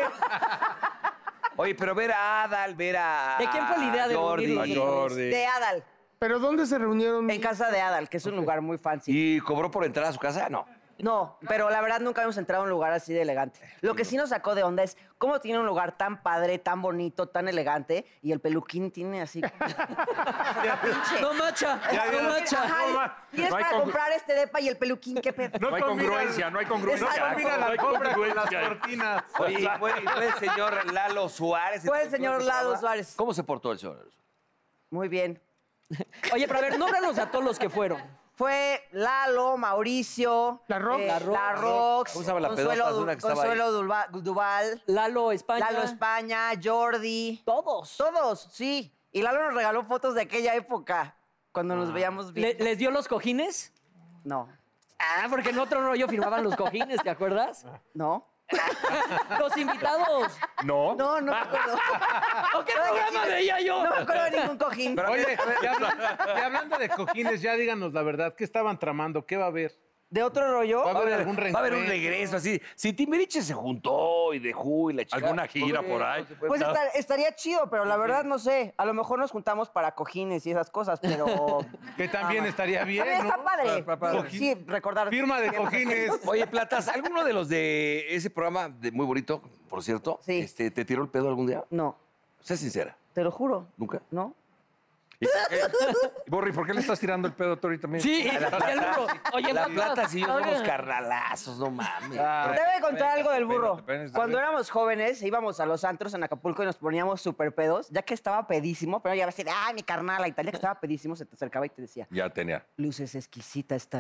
Oye, pero ver a Adal, ver a. ¿De quién fue la idea de Jordi, reunirlos? A Jordi. De Adal. ¿Pero dónde se reunieron? En casa de Adal, que es un lugar muy fancy. ¿Y cobró por entrar a su casa? No. No, pero la verdad nunca hemos entrado a un lugar así de elegante. Lo que sí nos sacó de onda es cómo tiene un lugar tan padre, tan bonito, tan elegante, y el peluquín tiene así... Pinche. No macha, Ya, ya, no ya. macha. Ajá, no ma- y es no hay para congru- comprar este depa y el peluquín, qué pedo. No hay combina- congruencia, no hay congruencia. Exacto. No combina la No hay alfombra con las congruencia. cortinas. Oye, y fue, y fue el señor Lalo Suárez. Fue el señor ¿Cómo se Lalo llama? Suárez. ¿Cómo se portó el señor? Muy bien. Oye, pero a ver, nómbranos a todos los que fueron. Fue Lalo, Mauricio, La Rox. eh, La Rox. La Rox, ¿Cómo se llama la Consuelo, pedota? Du- Una que estaba Consuelo Dulva- Duval, Lalo España. Lalo España, Jordi, Todos. todos, sí. Y Lalo nos regaló fotos de aquella época, cuando nos veíamos bien. Le- ¿Les dio los cojines? No, Ah, porque en Otro Rollo firmaban los cojines, ¿te acuerdas? no, Los invitados. No. no, no me acuerdo. ¿O qué programa veía yo? No me acuerdo de ningún cojín. Oye, y hablando, y hablando de cojines, ya díganos la verdad. ¿Qué estaban tramando? ¿Qué va a haber? De otro rollo, Va a Va a haber haber, algún va a haber un reencuentro. regreso así. Si Timbiriche se juntó y dejó y la chica. ¿Alguna gira por ahí? No se puede- pues estar- estaría chido, pero la verdad no sé. A lo mejor nos juntamos para cojines y esas cosas, pero... Que también estaría bien, También está ¿no? padre. Para- para- para- Sí, recordar. Firma de cojines. Oye, Platas, ¿alguno de los de ese programa, de muy bonito, por cierto, Sí. este, te tiró el pedo algún día? No, Sé sincera. te lo juro. ¿Nunca? ¿No? ¿Y por qué- Borri, ¿por qué le estás tirando el pedo tú ahorita también? Sí, y el burro. Oye, La papá, plata, si yo somos oigan. carnalazos, no mames. Ah, Te voy a contar algo del burro. espérate, espérate. Cuando éramos jóvenes, íbamos a los antros en Acapulco y nos poníamos súper pedos, ya que estaba pedísimo, pero ya ves, ay, mi carnal, y tal, ya que estaba pedísimo, se te acercaba y te decía, Ya tenía. luces exquisitas están.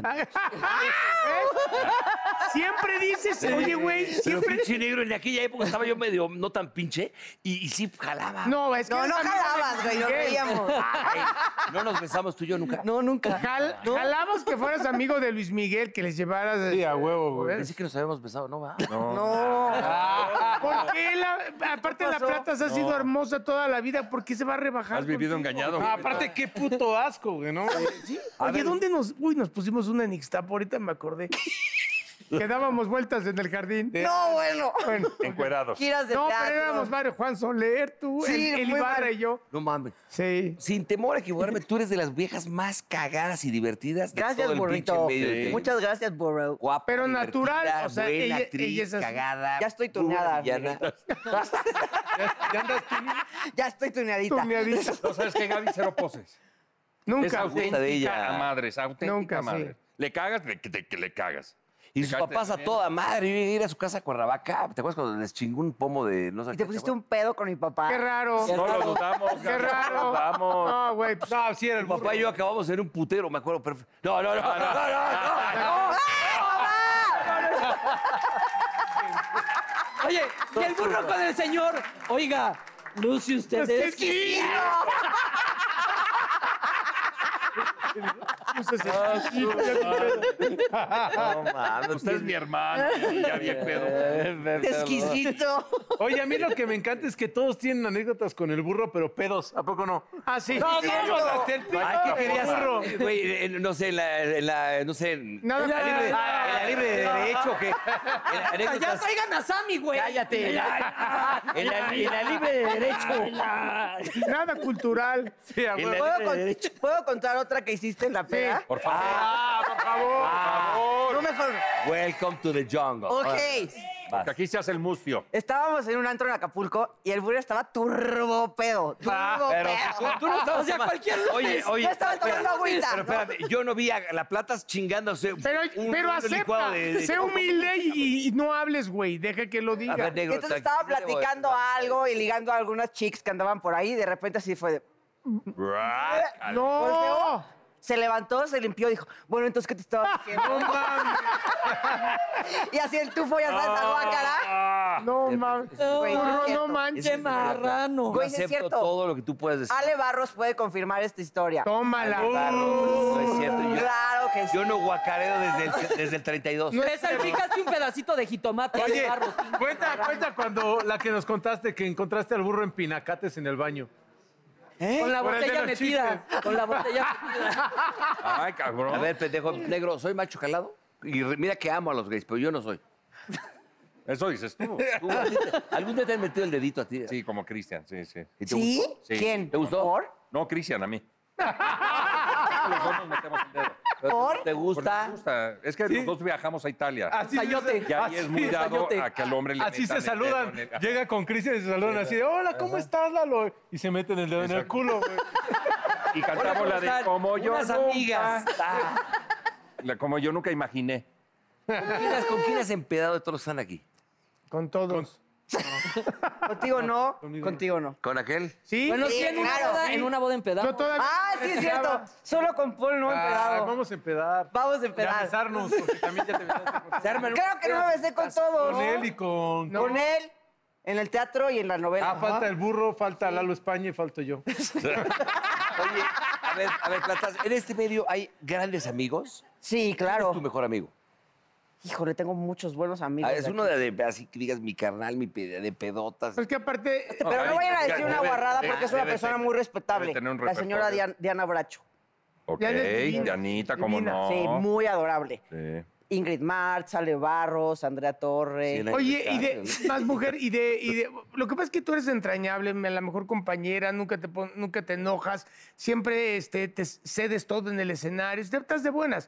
Siempre dices, oye, güey, Pero siempre... pinche negro, en aquella época estaba yo medio no tan pinche y, y sí jalaba. No, es que... No, no eres amigo de jalabas, güey, nos Miguel. reíamos. Ay, no nos besamos tú y yo nunca. No, nunca. Jal- Jalabas que fueras amigo de Luis Miguel, que les llevaras... Sí, a huevo, güey. Pensé que nos habíamos besado, ¿no va? No. ¿Por qué la, aparte la plata se ha sido hermosa toda la vida? ¿Por qué se va a rebajar? Has vivido contigo? engañado. Ah, aparte, qué puto asco, güey, ¿no? Oye, ¿dónde nos...? Uy, nos pusimos una en Ixtapo, ahorita me acordé. Que dábamos vueltas en el jardín. No, bueno. Bueno, Encuerados. Giras de no, teatro. pero éramos varios. Juan Soler, tú, Sí, el, el muy Ibarra mal. y yo. No mames. Sí. Sin temor a equivocarme, tú eres de las viejas más cagadas y divertidas de Gracias, todo el burrito. pinche medio. de- Muchas gracias, burro. Guapa, Pero divertida, natural, o sea, buena ella- actriz, ella es así. cagada. Ya estoy tuneada, villana. ¿Ya andas tú? Ya estoy tuneadita. Tuneadita. No, ¿sabes qué, Gaby? Cero poses. Es Nunca. auténtica de ella. a madres, auténtica Nunca, sí. madre. Le cagas, le- que, te- que le cagas. Y Te sus cagas papás a también. toda madre. Yo llegué a ir a su casa a Cuernavaca. ¿Te acuerdas cuando les chingó un pomo de no sé Y te qué? pusiste un pedo con mi papá. Qué raro. No lo dudamos. Qué Gaby, no lo raro. dudamos. No, güey. pues, No, sí era el Mi papá y yo acabamos en un putero, me acuerdo perfecto. No, no, no, no, no, no, no, no. Oye, y el burro con el señor. Oiga, Lucy, usted Es es... que sí. No mames. Usted es mi hermano. Ya bien pedo. Exquisito. Oye, a mí lo que me encanta es que todos tienen anécdotas con el burro, pero pedos. ¿A poco no? Ah, sí. No, Sí, no, yo- no, hasta el pito. Ay, ¿qué querías? burro. Eh, Güey, en- no sé, en la, en la, no sé, en Nada, en la libre, en la libre de derecho, que en Ya anécdotas- traigan a Sammy, güey. Cállate. En la, en la- en la libre de derecho. Nada cultural. Sí, a En huevo. la ¿Puedo, libre de con- derecho. ¿Puedo contar otra que hiciste en la peda? Por favor. Ah, por favor. No, mejor. Welcome to the jungle. Ok. Porque aquí se hace el mustio. Estábamos en un antro en Acapulco y el burro estaba turbo pedo. Turbo Pero pedo. tú no estabas O sea, tomando- cualquier lunes. Oye, oye, Yo estaba tomando espera, agüita. Pero espérame, yo no vi a La Plata chingándose Pero, un, pero un acepta. licuado de- de- Sé humilde y, y no hables, güey. Deja que lo A ver, diga. negro, Y entonces tranquilo, estaba te voy a- platicando algo y ligando a algunas chicas que andaban por ahí y de repente así fue de... No. Volteó, se levantó, se limpió y dijo, bueno, entonces, ¿qué te estaba diciendo? Y así el tufo, ya sabes, al guácara. No, mames. Güey, no es Burro, no cierto. manches. ¡Qué marrano! Yo Güey, sí es acepto cierto. todo lo que tú puedes decir. Ale Barros puede confirmar esta historia. Tómala. No es cierto. Yo, Claro que sí. yo no guacareo desde el, desde el treinta y dos. Le salpicaste un pedacito de jitomate. Oye, Barros. cuenta, cuenta cuando la que nos contaste que encontraste al burro en pinacates en el baño. Con la Por el de botella los metida. Con la botella metida. Ay, cabrón. A ver, pendejo, negro, ¿soy macho calado? Y re- mira que amo a los gays, pero yo no soy. Eso dices tú. ¿Tú, a ti te- ¿Algún día te han metido el dedito a ti? Sí, como Cristian, sí, sí. ¿Y te ¿Sí? gustó? Sí. ¿Quién? ¿Te gustó? ¿Por? No, Cristian, a mí. Los dos nos metemos el dedo. ¿Pero ¿Por? ¿Te Porque gusta? nos gusta. Es que los dos viajamos a Italia. Así Sayote. Y ahí es muy dado sayote. a que al hombre le Así metan se el saludan. dedo en el- Llega con Cristian y se saludan así de, hola, ¿cómo estás, Lalo? Y se meten el dedo en el Exacto. culo, güey. Y cantamos la de están? como yo Unas nunca. amigas. Ah. La como yo nunca imaginé. ¿Con quién has- ¿Con quién has empedado de todos los que están aquí? Con todos. Contigo no, Conmigo contigo no. ¿Con aquel? ¿Sí? Bueno, Sí, sí, en una claro, boda, sí. en una boda empedada. Yo todavía... Ah, sí es cierto. Solo con Paul no Ay, empedado. vamos a empedar. Vamos a Ya empedar. besarnos, porque también ya te besaste con, Se arman Creo que no me besé con todos. con él y con... Con él, en el teatro y en la novela. Ah, falta el burro, falta Lalo España y falto yo. Oye, a ver, a ver, Platas, en este medio hay grandes amigos. Sí, ¿Quién es claro. tu mejor amigo? Híjole, tengo muchos buenos amigos. Ah, es de uno aquí. de, de- así que digas mi carnal, mi pe- de pedotas. Pues que aparte... Pero no vayan a decir Debe- una guarrada debe- porque es una debe persona tener- muy respetable. debe tener un La señora repertorio. Dian- Diana Bracho. Ok, Ya eres divina. Dianita, cómo Divina. no. Sí, muy adorable. Sí. Ingrid Martz, Ale Barros, Andrea Torre. Sí, la- Oye, y de más mujer, y de, y de. Lo que pasa es que tú eres entrañable, la mejor compañera, nunca te, pon- nunca te enojas, siempre este, te cedes todo en el escenario, estás de buenas.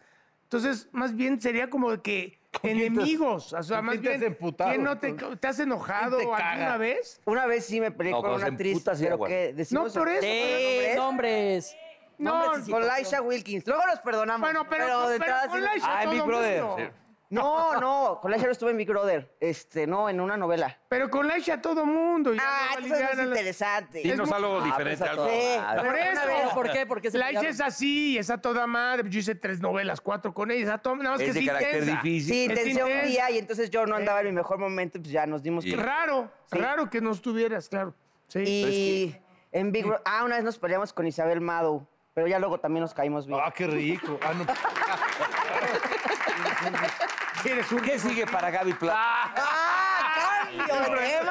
Entonces, más bien sería como de que quién te has- enemigos. O sea, con más quién te has bien, emputado, ¿quién no te, entonces? te has enojado ¿Quién te caga? alguna vez? Una vez sí me peleé No, con cuando una se actriz, emputa, sí pero aguanta. que decimos... No, por eso. Sí, nombres. No, Nombres y Con situaciones. Laisha Wilkins. Luego los perdonamos. Bueno, pero, pero de pero entrada con sí- Laisha Ay, todo Big Brother. mundo. Sí. No, no, con Laisha no estuve en Big Brother. Este, no, en una novela. Pero con Laisha todo mundo. y Ah, luego esto es alivianan más las- interesante. Dinos muy- algo Ah, diferente. pues a algo. toda Sí, madre. Por pero una eso. vez- ¿Por qué? Porque se Laisha pelearon. es así, es a toda madre. Yo hice tres novelas, cuatro con ella. a toda- Nada más que Es de es carácter intensa. difícil. Sí, Es tensión un intensa. día y entonces yo no andaba en mi mejor momento, pues ya nos dimos Sí. que... Raro, Sí. raro que no estuvieras, claro. Sí. Y en Big Brother... Ah, una vez nos peleamos con Isabel Mado, pero ya luego también nos caímos bien. Ah, qué rico. Ah, no. Eres un- ¿Qué sigue para Gaby Plata? ¡Ah, cambio de tema!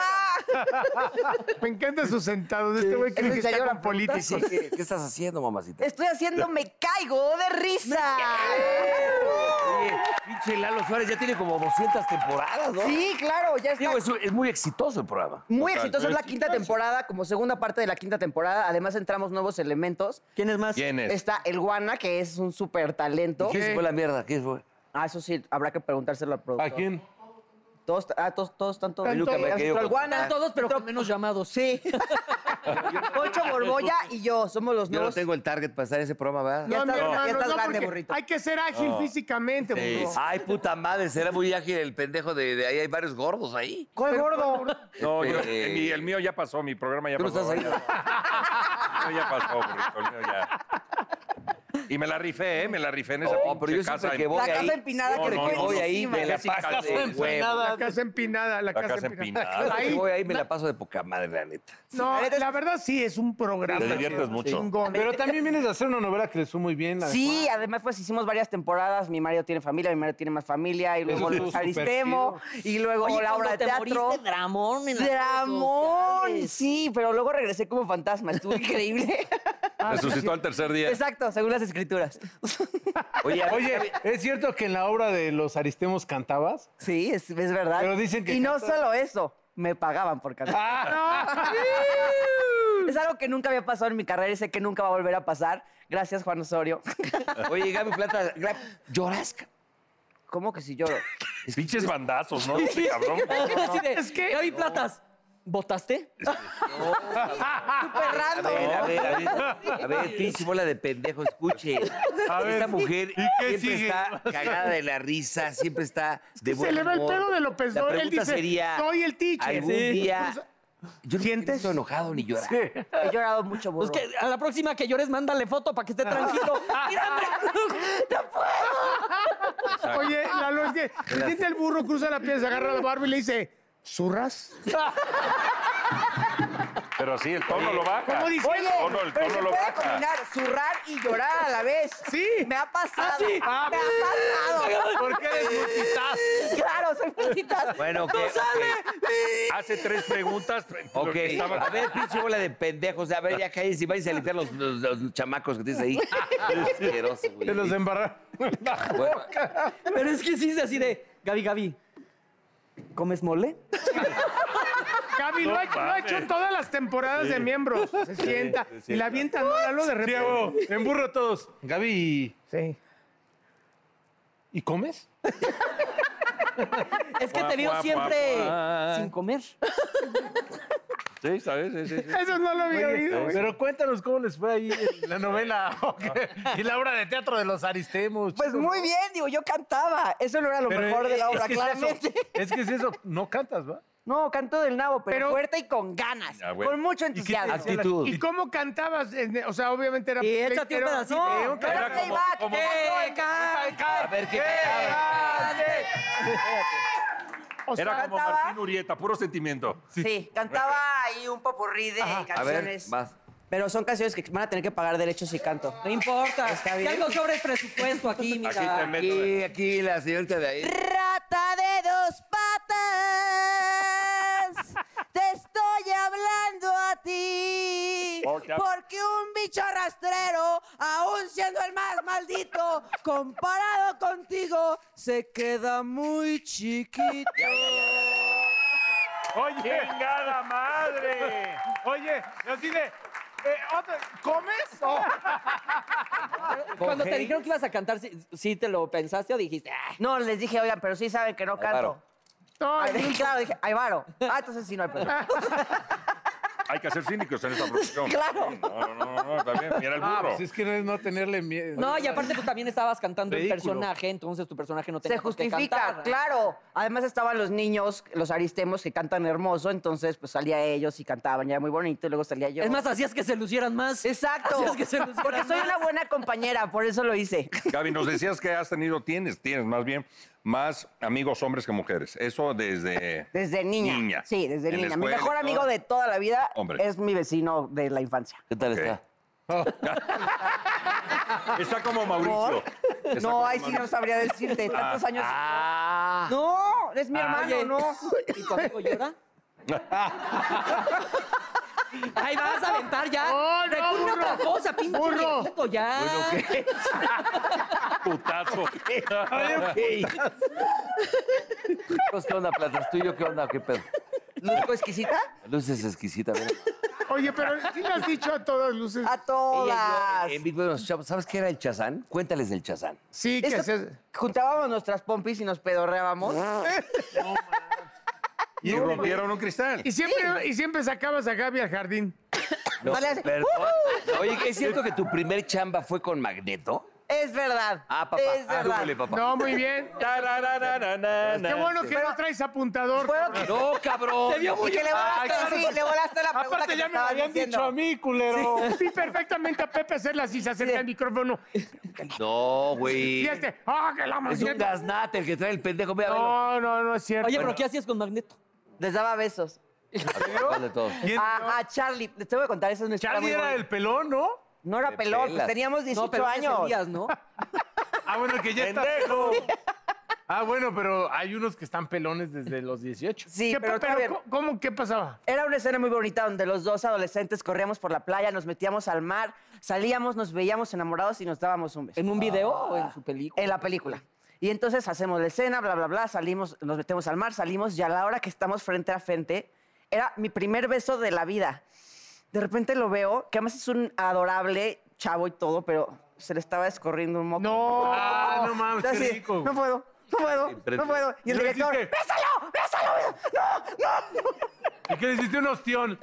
Me encanta su sentado. Este güey cree ¿Es que en serio está la con pregunta? políticos. ¿Qué, qué estás haciendo, mamacita? Estoy haciendo Me Caigo de Risa. Oye, pinche Lalo Suárez ya tiene como doscientas temporadas, ¿no? Sí, claro, ya está. Digo, es, es muy exitoso el programa. Muy exitoso, es la quinta temporada, como segunda parte de la quinta temporada. Además entramos nuevos elementos. ¿Quién es más? ¿Quién es? Está el Guana, que es un súper talento. ¿Qué se fue la mierda? ¿Qué fue? Ah, eso sí, habrá que preguntárselo al productor. ¿A quién? Todos, ah, todos, todos están todos. Están Nunca me todos. quedo Entró el con- Guana. Están todos, pero con menos llamados. Sí. Poncho Borbolla y yo, somos los Yo no nuevos. tengo el target para estar en ese programa, ¿verdad? Ya No, estás- mi ya hermano, estás no, grande, porque burrito. hay que ser ágil físicamente, burro. Ay, puta madre, será muy ágil el pendejo de, de ahí. Hay varios gordos ahí. ¿Cuál gordo? No, yo- Este- el, mi- el mío ya pasó, mi programa ya ¿Tú no pasó. estás ahí? El mío ya pasó, burrito, el mío ya. Y me la rifé, ¿eh? Me la rifé en esa Oh, pero yo pinche siempre casa. que voy La ahí. casa empinada No, que no, fue no, voy ahí, buenísima. me la Casi paso casa de empinada. huevo. La casa empinada, la, La casa empinada. Ahí Ahí, voy ahí, me la paso de poca madre, la neta. no, la verdad sí, es un programa. Te diviertes mucho. Chingón. Pero también vienes a hacer una novela que les fue muy bien. la de Sí, además pues hicimos varias temporadas. Mi marido tiene familia, mi marido tiene más familia y luego estuvo los súper Aristemo y luego Oye, la obra cuando de te teatro. moriste, Dramón en las redes Dramón, sociales. sí, pero luego regresé como fantasma, estuvo increíble. Resucitó al tercer día. Exacto, según las escrituras. Oye, a ver, Oye, ¿es cierto que en la obra de los Aristemos cantabas? Sí, es, es verdad. Pero dicen que y no canta- solo eso, me pagaban por cantar. Ah, Es algo que nunca había pasado en mi carrera y sé que nunca va a volver a pasar. Gracias, Juan Osorio. Oye, Gaby Plata, Gra- ¿lloras? ca- ¿Cómo que si lloro? Pinches bandazos, ¿no? Este cabrón. Así de, Es que- Gaby Platas, ¿votaste? Súper A random. ver, a ver, a ver, a ver, pinche bola de pendejo, escuche. Esta mujer qué siempre sigue? está cagada de la risa, siempre está de Se buen le va el humor. pedo de López La Dóriga. Él pregunta dice, sería, soy el teacher. algún Sí. día... Pues, Yo no ¿Sientes? estoy enojado ni llorar. He llorado mucho, burro. Pues que a la próxima que llores, mándale foto para que esté tranquilo. Mírame. Oye, Lalo, es que se siente el burro, cruza la pieza, agarra la barba y le dice, ¿zurras? Pero sí, el tono lo baja. ¿Cómo dice? Oye, El tono, el pero tono se lo puede baja. combinar zurrar y llorar a la vez. Sí. Me ha pasado. Ah, sí. Ah, Me ha pasado. ¿por qué eres multitask? Claro, soy multitask. Bueno, ok, ok. Hace tres preguntas. lo Ok, que estaba- a ver, pinche bola de pendejos. A ver, ya cállense y váyanse a limpiar los, los- los chamacos que tienes ahí. Asqueroso, güey. Te los embarraron. Bueno, Pero es que sí es así de, Gaby, Gaby, ¿comes mole? Gaby lo, ha, hecho- lo ha hecho en todas las temporadas de miembros. Se sienta y la avienta, ¿no? Lalo de repente. Diego, emburro todos. Gaby, Sí. ¿y comes? Es que Guau, te veo guau, siempre guau, guau. sin comer. Sí, ¿sabes? Sí, sí, sí. Eso no lo había oído. güey. Pero cuéntanos cómo les fue ahí en la novela ok, y la obra de teatro de los Aristemos. Pues chicos. muy bien, digo, yo cantaba. Eso no era lo Pero mejor de la es obra, que es claramente. eso, es que es eso, no cantas, ¿va? No, canto del nabo, pero, Pero- fuerte y con ganas. Ah, bueno. Con mucho qué te entusiasmo. decía la- actitud. ¿Y cómo cantabas? En- O sea, obviamente era... Y échate un pero- pedacito. No, eh, un no era Era como- playback. como- ¡Que ca- a ver qué cantaba. O sea, Era como cantaba- Martín Urieta, puro sentimiento. Sí, cantaba ahí un popurrí de A ver, canciones. vas. Pero son canciones que van a tener que pagar derechos si canto. No importa. Está Si bien. algo sobre el presupuesto aquí, mira. Aquí te meto. Aquí, aquí, la señorita de ahí. Rata de dos patas, te estoy hablando a ti. Porque- Porque un bicho rastrero, aún siendo el más maldito, comparado contigo, se queda muy chiquito. Oye, ¡chingada madre! Oye, así de, eh, otra- ¿comes? Oh. Cuando te dijeron que ibas a cantar, ¿sí, sí te lo pensaste o dijiste? "Ah"? No, les dije, oigan, pero sí saben que no canto. Varo. No, Ay, dije, claro, dije, ay, varo. Ah, entonces sí no hay problema. Hay que ser cínicos en esta profesión. Claro. Sí, No, no, no, no, también. Mira el Ah, burro. pues es que no es no tenerle miedo. No, y aparte pues también estabas cantando el Ridículo. personaje, entonces tu personaje no tenía Se por qué justifica, cantar. claro. Además estaban los niños, los aristemos que cantan hermoso, entonces pues salía ellos y cantaban ya muy bonito y luego salía yo. Es más, hacías que se lucieran más. Exacto. Hacías que se lucieran Porque soy más. una buena compañera, por eso lo hice. Gaby, nos decías que has tenido, tienes, tienes más bien, más amigos hombres que mujeres. Eso desde... Desde niña. Niña. Sí, desde En la niña. Mi escuela y mejor todo. amigo de toda la vida Hombre. es mi vecino de la infancia. ¿Qué tal Ok. está? Está como Mauricio. Está No, como ahí sí no Mauricio. sabría decirte. Tantos años. Ah. No, es mi hermano, Oye, no. ¿Y tu amigo llora? Ay, vas a aventar ya. No, no, Recuerda burro. otra cosa, pinche Burro. viejito, ya. Putazo. Pues, ¿qué onda, Platas? ¿Tú y yo qué onda? ¿Qué pedo? ¿Luzco exquisita? Luces exquisita, mira. Oye, pero sí le has dicho a todas luces. A todas. En Big Brother nos echamos- ¿Sabes qué era el chazán? Cuéntales del chazán. Sí, que Esto- se... Juntábamos nuestras pompis y nos pedorreábamos. Y rompieron un cristal. Y siempre, y siempre sacabas a Gaby al jardín. No, Vale, así, perdón. Oye, ¿es cierto que tu primer chamba fue con Magneto? Es verdad. Ah, papá. Es Ah, verdad. súbele, papá. No, muy bien. Qué bueno que no traes apuntador. Fueron que- No, cabrón. Se vio muy y que le volaste, sí, le volaste la pregunta Aparte que ya te me lo estaban habían diciendo. dicho a mí, culero. Vi perfectamente a Pepe hacerla así, se acerca al micrófono. No, güey. Y este, ¡ah, que la Es un mañana! gaznate el que trae el pendejo. Mira, velo. No, no, no es cierto. Oye, ¿pero qué hacías con Magneto? Les daba besos. ¿Cuál de todos? A, a Charlie, les tengo que contar, esa es una historia Charlie muy era bonita. el pelón, ¿no? No era De pelón, pues pelas. teníamos dieciocho No, pero ¿qué años. servías, ¿no? Ah, bueno, que ya está pelón. Ah, bueno, pero hay unos que están pelones desde los dieciocho. Sí, ¿Qué, pero, pero, todavía- ¿cómo- ¿cómo? ¿Qué pasaba? Era una escena muy bonita donde los dos adolescentes corríamos por la playa, nos metíamos al mar, salíamos, nos veíamos enamorados y nos dábamos un beso. ¿En un video o en su película? En la película. Y entonces hacemos la escena, bla, bla, bla, salimos, nos metemos al mar, salimos y a la hora que estamos frente a frente, era mi primer beso de la vida. De repente lo veo, que además es un adorable chavo y todo, pero se le estaba escorriendo un moco. No. Ah, no mames, Yo qué así, rico. no puedo, no puedo, no puedo. Y el ¿Le director, hiciste? ¡bésalo, bésalo! ¡No, no! ¿Y qué le hiciste un ostión?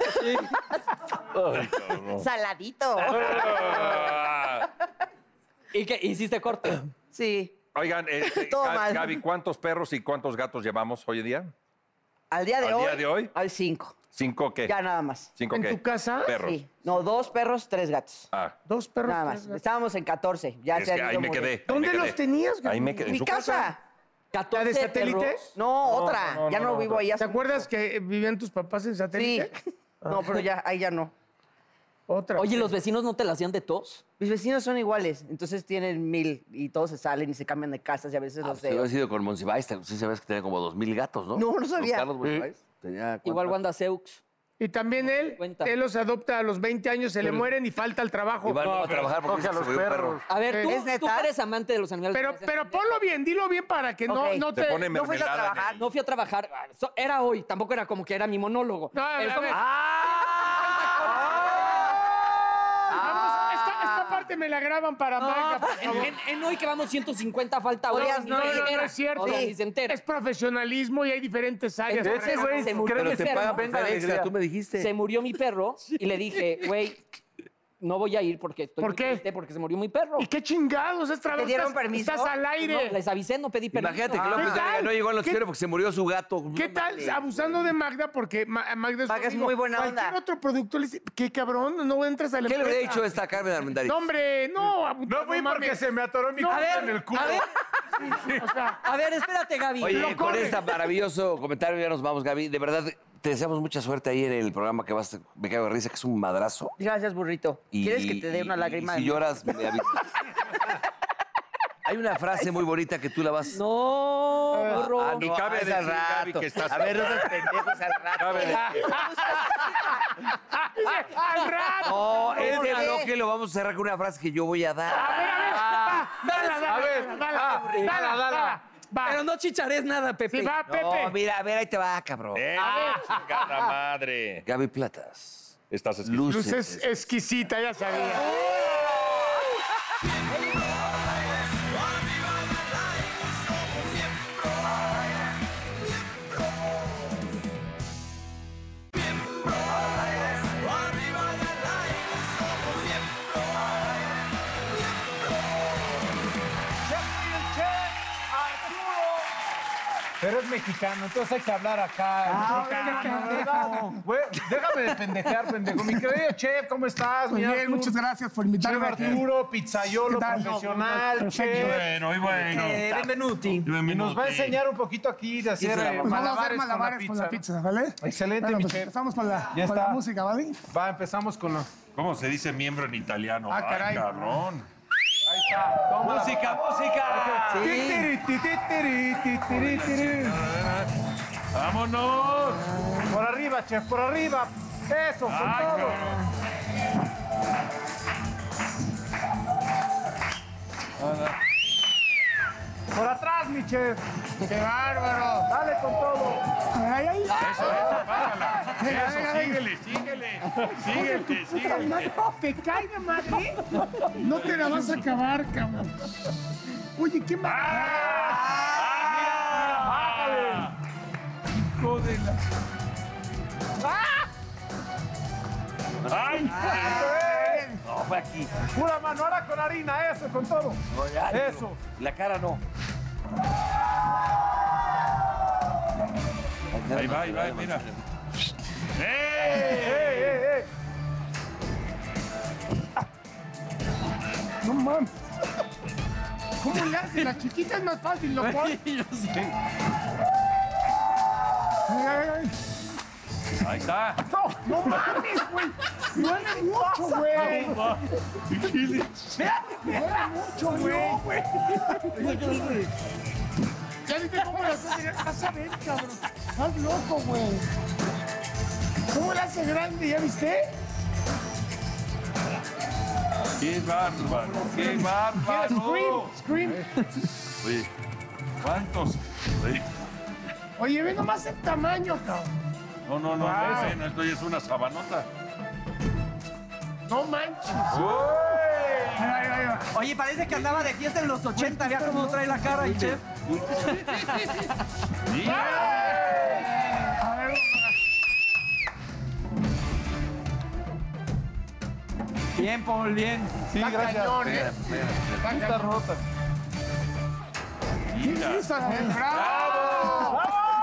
Saladito. ¿Y qué? ¿Hiciste corte? Sí. Oigan, eh, Todo Gaby, mal. Gaby, ¿cuántos perros y cuántos gatos llevamos hoy en día? Al día de ¿Al hoy. día de hoy? Al cinco. ¿Cinco qué? Ya nada más. ¿Cinco ¿En qué? tu casa? Perros. Sí. No, dos perros, tres gatos. Ah, Dos perros. Nada tres más. gatos. Estábamos en catorce. Ya es se que han ahí ido me muriendo. quedé. ahí ¿Dónde me quedé. los tenías, Gaby? Ahí me quedé. en Mi su casa. ¿catorce ¿La de satélite? perros? No, otra. no, ya no, no, no, vivo no. ahí. ¿Te hace- acuerdas que vivían tus papás en Sí. satélite? No, pero ya, ahí ya no. Otra. Oye, ¿los vecinos no te la hacían de tos? Mis vecinos son iguales, entonces tienen mil y todos se salen y se cambian de casas y a veces Ah, los pues, había veo. sido con Monsiváis. Sí sabes que tenía como dos mil gatos, ¿no? No, no sabía. Don Carlos Monsiváis tenía... Igual ¿cuántos? Wanda Seux. Y también él, Cuenta. él los adopta a los veinte años, se le mueren y falta al trabajo. Iván no, va a pero trabajar porque coge a se los murió un perro. perros. A ver, tú, ¿Es tú neta? eres amante de los animales. Pero, no seas pero pendejo. ponlo bien, dilo bien para que no, Ok. no Te te... pone ¿No fuiste a mermelada en trabajar? el- No fui a trabajar. Ah, so- Era hoy, tampoco era como que era mi monólogo. No, a ver, Eso a ver. me- Vamos, esta, esta parte me la graban para No, Magda, por en, favor. en- en hoy que vamos ciento cincuenta falta Oye, hora. no, ni No, se no, no, entera. es cierto. O sea, Sí. ni se entera. Es profesionalismo y hay diferentes áreas. Entonces, para- güey, se murió Pero mi te perro. pagan venga, extra, alegría. tú me dijiste. Se murió mi perro y le dije, güey, no voy a ir porque estoy ¿Por muy qué? triste porque se murió mi perro. ¿Y qué chingados? Es trabajo. ¿Te dieron estás, permiso? Estás al No, aire. les avisé, no pedí permiso. Imagínate que ¿Qué López de Vega tal? no llegó al ¿Qué- noticiero porque se murió su gato. ¿Qué No tal? mames. Abusando de Magda, porque Ma- Magda es, su Magda es amigo. muy buena Cualquier onda. otro productor le dice, ¿qué cabrón? No entras a la ¿Qué le hubiera empresa. dicho esta Carmen Armendariz? No, hombre, no. abu- No fui porque mames. se me atoró mi No, culo a ver, en el culo. A ver, O sea, a ver, espérate, Gaby. Oye, Lo con corre. este maravilloso comentario ya nos vamos, Gaby. De verdad, te deseamos mucha suerte ahí en el programa que vas, me cago de risa, que es un madrazo. Gracias, burrito. Y- ¿Quieres que te dé una y- lágrima? y si lloras, me avisas. Hay una frase muy bonita que tú la vas... No, burro. Ah, Y no, cabe es al decir, Gaby, rato. que estás- A ver, no seas pendejos al rato. Cabe decir- al rato. No, este ¿Por qué? bloque lo vamos a cerrar con una frase que yo voy a dar. A ver, a ver. Va, dala, dala, A ver, dala, dala, ah, dala, dala, dala. dala. Va. Pero no chichares nada, Pepe. Sí, va, No, Pepe. mira, a ver, ahí te va, cabrón. ¡Eh, chingada madre! Gaby Platas. Estás escrito. Luces. Luces exquisita, ya sabía. Pero es mexicano, entonces hay que hablar acá. Ah, mexicano, qué pendejo. ¿verdad? Güey, déjame de pendejear, pendejo. Mi querido chef, ¿cómo estás? Muy Mi bien, Artur. muchas gracias por invitarme Chef aquí. Arturo, pizzaiolo ¿Qué tal? profesional, Perfecto. chef. Bueno, y bueno. Eh, benvenuti. Y nos va a enseñar un poquito aquí de hacer eh, Pues vamos a hacer malabares con la malabares con la pizza. pizza, ¿vale? Excelente, Bueno, mi pues chef. empezamos con la, Ya con está. la música, ¿vale? Va, empezamos con la... ¿Cómo se dice miembro en italiano? Ah, caray. Ay, cabrón. Ahí está. Toma. ¡Música, música! Titiri, titiri, titiri, titiri. ¡Vámonos! Por arriba, chef, por arriba. Eso, con Ay, todo. cabrón. Por atrás, mi chef. ¡Qué bárbaro! Dale con todo. Ay, ay, Eso, eso, párala. Venga, Eso, venga, venga. síguele, síguele. Síguete, síguele. No, te caiga, madre. No te la vas a acabar, cabrón. Oye, qué mal. ¡Ah! ¡Hijo de la... ¡Ay! No, fue aquí. Pura mano, ahora con harina, eso, con todo. No, ya, Eso. La cara no. Ahí va, ahí va, mira. ¡Ey, ¡Eh! ey, ey! No mames. ¿Cómo le haces? La chiquita es más fácil, loco. Ay, ay, ay. Ahí está. No mames, güey. Duele mucho, güey. Espérate, duele mucho, güey. ¿Ya viste cómo lo hace? Vas a ver, cabrón. Estás loco, güey. ¿Cómo la hace grande? ¿Ya viste? ¡Qué bárbaro! ¡Qué bárbaro! Scream, scream. Oye, ¿cuántos? Oye, Oye, ve nomás el tamaño, cabrón. no, no, no, no, ese no, esto ya es una sabanota. No manches. Ay, ay, ay. Oye, parece que andaba de fiesta en los ochenta. Vea cómo trae la cara el chef. A ver, Bien, Paul, bien. Sí, Está gracias. cañón, ¿eh? Está Está cañón. rota. Mira. ¡Bravo!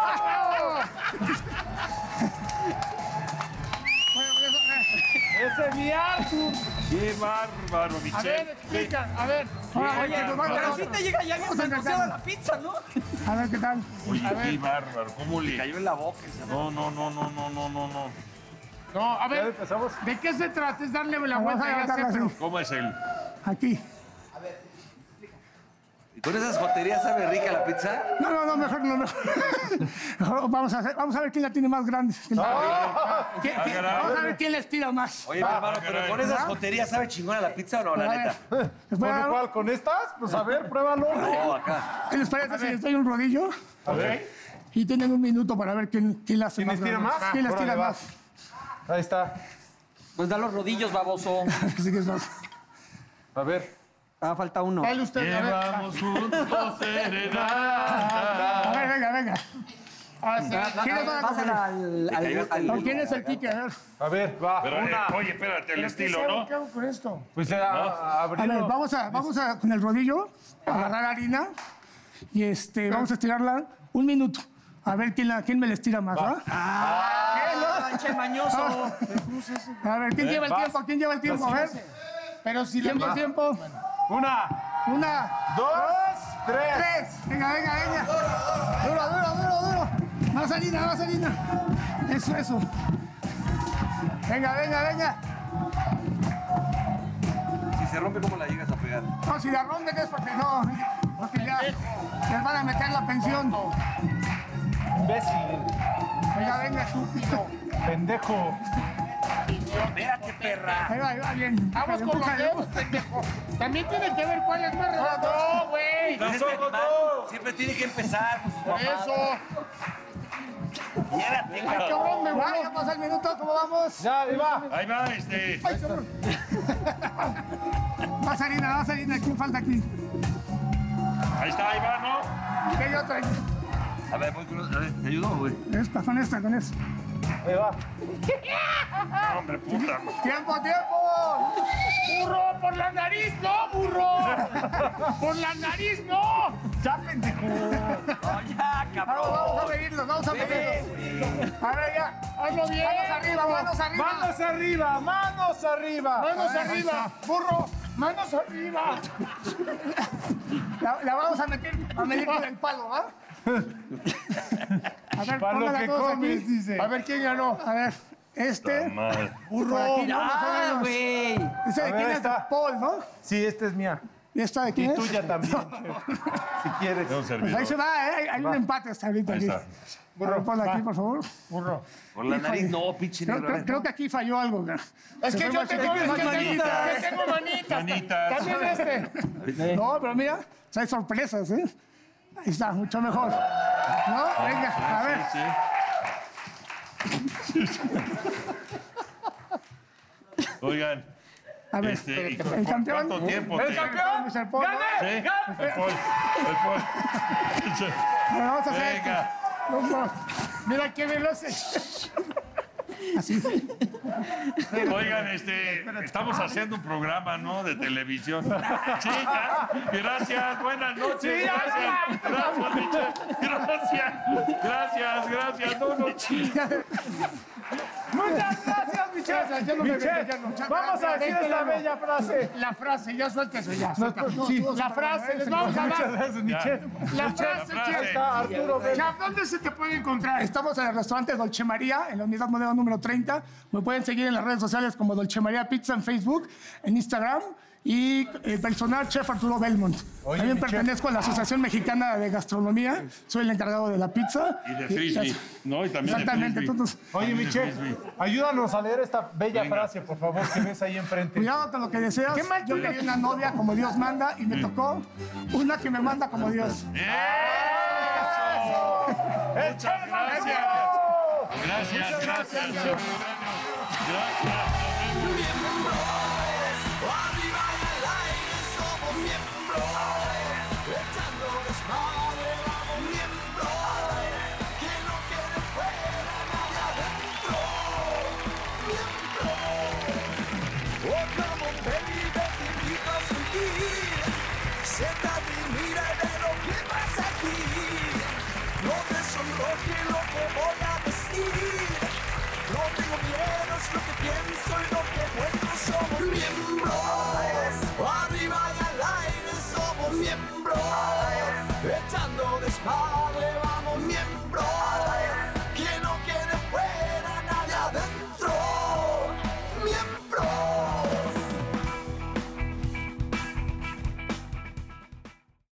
¡Ese es mi Artur! ¡Qué bárbaro, mi A ver, chef! explica, a ver. Oye, que nos va a pero dar sí otro. te llega ya bien Vamos a manoseada empezar. la pizza, ¿no? a ver qué tal. Oye, A ver. qué bárbaro. ¿Cómo le...? Cayó en la boca. No, no, no, no, no, no, no, no. No, a ¿Ya ver, empezamos? ¿de qué se trata? Es darle la Vamos vuelta, a ya sé, levantarla pero... así. ¿Cómo es él? Aquí. ¿Y con esas joterías sabe rica la pizza? No, no, no, mejor no, mejor. Mejor vamos, a hacer- vamos a ver quién la tiene más grande. ¿Quién la- ¿Quién- quién- caray. vamos a ver quién les tira más. Oye, mi hermano, pero caray. con esas joterías sabe chingona la pizza o no, la A ver, neta. ¿les voy a ¿Con dar- cuál? ¿Con estas? Pues a ver, pruébalo. No, acá. ¿Qué les parece si les doy un rodillo? A ver. Y tienen un minuto para ver quién, quién la hace ¿Quién más les tira grande. más? ¿Quién las Órale, tira va. más? Ahí está. Pues da los rodillos, baboso. Así que es más. A ver. Ah, falta uno. Dale usted, a ver. Llevamos juntos A serenata. ver, venga, venga. Ah, sí. ¿Quién les va a Pásala comer? al... al, al- ¿Con quién es el Kike? A ver. A ver, va. Pero, eh, Una. oye, espérate, el ¿Pero estilo, qué hago- ¿no? ¿Qué hago con esto? Pues eh, a, a A ver, abrirlo. vamos a, vamos a con el rodillo, agarrar harina y este, vamos a estirarla un minuto. A ver quién, la, quién me la estira más, ¿va? ¡Ah, che mañoso! A ver, ¿quién lleva el vas. tiempo? ¿Quién lleva el tiempo? A ver. Pero si le Tiempo, tiempo. Una, Una, dos, tres. tres. Venga, venga, venga. Duro, duro, duro, duro. Más harina, más harina. Eso, eso. Venga, venga, venga. Si se rompe, ¿cómo la llegas a pegar? No, si la ronda que es porque no, porque ya les van a meter la pensión. Imbécil. Venga, venga, estúpido. Pendejo. Espérate, perra. Ahí va, ahí va, bien. Vamos con los Empújale. dedos, pendejo. También tiene que ver cuál es más redondo. No, güey. Este animal siempre tiene que empezar. Pues, Por eso. Llévate, Ay, cabrón, me voy. Ya pasa el minuto, ¿cómo vamos? Ya, ahí va. Ahí va, este. Ay, cabrón. Va Sarina, va Sarina. ¿Quién falta aquí? Ahí está, ahí va, ¿no? ¿Qué hay otra? A ver, voy con los- a ver, ¿te ayudo, güey? Esta, con esta, con esta. Ahí va. No, hombre, puta. ¡Tiempo, tiempo! ¡Burro! ¡Por la nariz, no, burro! ¡Por la nariz, no! ¡Ya, pendejo! No, ya, cabrón. Vamos, vamos a medirlos, vamos a medirlos. A ver, ya. ¡Hazlo bien! Manos arriba, manos arriba. ¡Manos arriba! ¡Manos arriba! ¡Manos Ahí arriba! ¡Burro! ¡Manos arriba! La, la vamos a meter, a medir con el palo, ¿va? A ver, Para lo póngala que todos comes, aquí. dice. A ver quién ganó. A ver, este. Madre. Burro. Aquí, ¿no? Más o ¡Ah, menos. güey! Ese A de ver, quién ahí es de está. Paul, ¿no? Sí, esta es mía. ¿Y esta de quién Y es? tuya también, chef. Si quieres. Un Pues servidor. ahí se va, ¿eh? Hay, hay un empate hasta ahorita Ahí aquí. está. Burro, ponla aquí, va. por favor. Burro. Por la nariz, Híjole. no, pinche Creo, negro. creo- creo que aquí falló algo. güey. Es Se que fue yo más tengo, chiquito. es que tengo, manitas. que tengo manitas. Manitas. También este. No, pero mira, hay sorpresas, ¿eh? Ahí está, mucho mejor. ¿No? Venga, a ver. Sí, sí. Oigan. A ver, Este, ¿y cu- el cu- campeón. ¿Cuánto tiempo? ¡El te- campeón! mister Paul, ¿no? Sí, el Paul. El Paul. Bueno, vamos a hacer Venga. esto. No, no. Mira qué veloz es. Así. Oigan, este, estamos haciendo un programa, ¿no? De televisión. Sí, ya. Gracias, buenas noches. Gracias. Gracias, Michelle. Gracias. Gracias, gracias. No, no. Muchas gracias, Michelle. Ya no me Michelle, ves, ya no. vamos a decir esta bella frase. La frase, ya suelta eso ya. No, suelta. sí. La frase, les vamos a Muchas dar. gracias, Michelle. La La frase, frase. chef. Está Arturo Vélez. Chef, ¿dónde se te puede encontrar? Estamos en el restaurante Dolce María, en la unidad modelo número treinta. Me pueden seguir en las redes sociales como Dolce María Pizza en Facebook, en Instagram y el personal Chef Arturo Belmont. Oye, También mi chef. pertenezco a la Asociación Mexicana de Gastronomía. Soy el encargado de la pizza. Y de frisbee, ¿no? Y también de Exactamente. frisbee. Entonces, Oye, Michelle, ayúdanos a leer esta bella Venga. frase, por favor, que ves ahí enfrente. cuidado con lo que deseas. Yo quería una novia como Dios manda y me tocó una que me manda como Dios. ¡Eso! Muchas gracias. Gracias, gracias. Gracias. Arriba en el aire somos miembros, echando desmadre.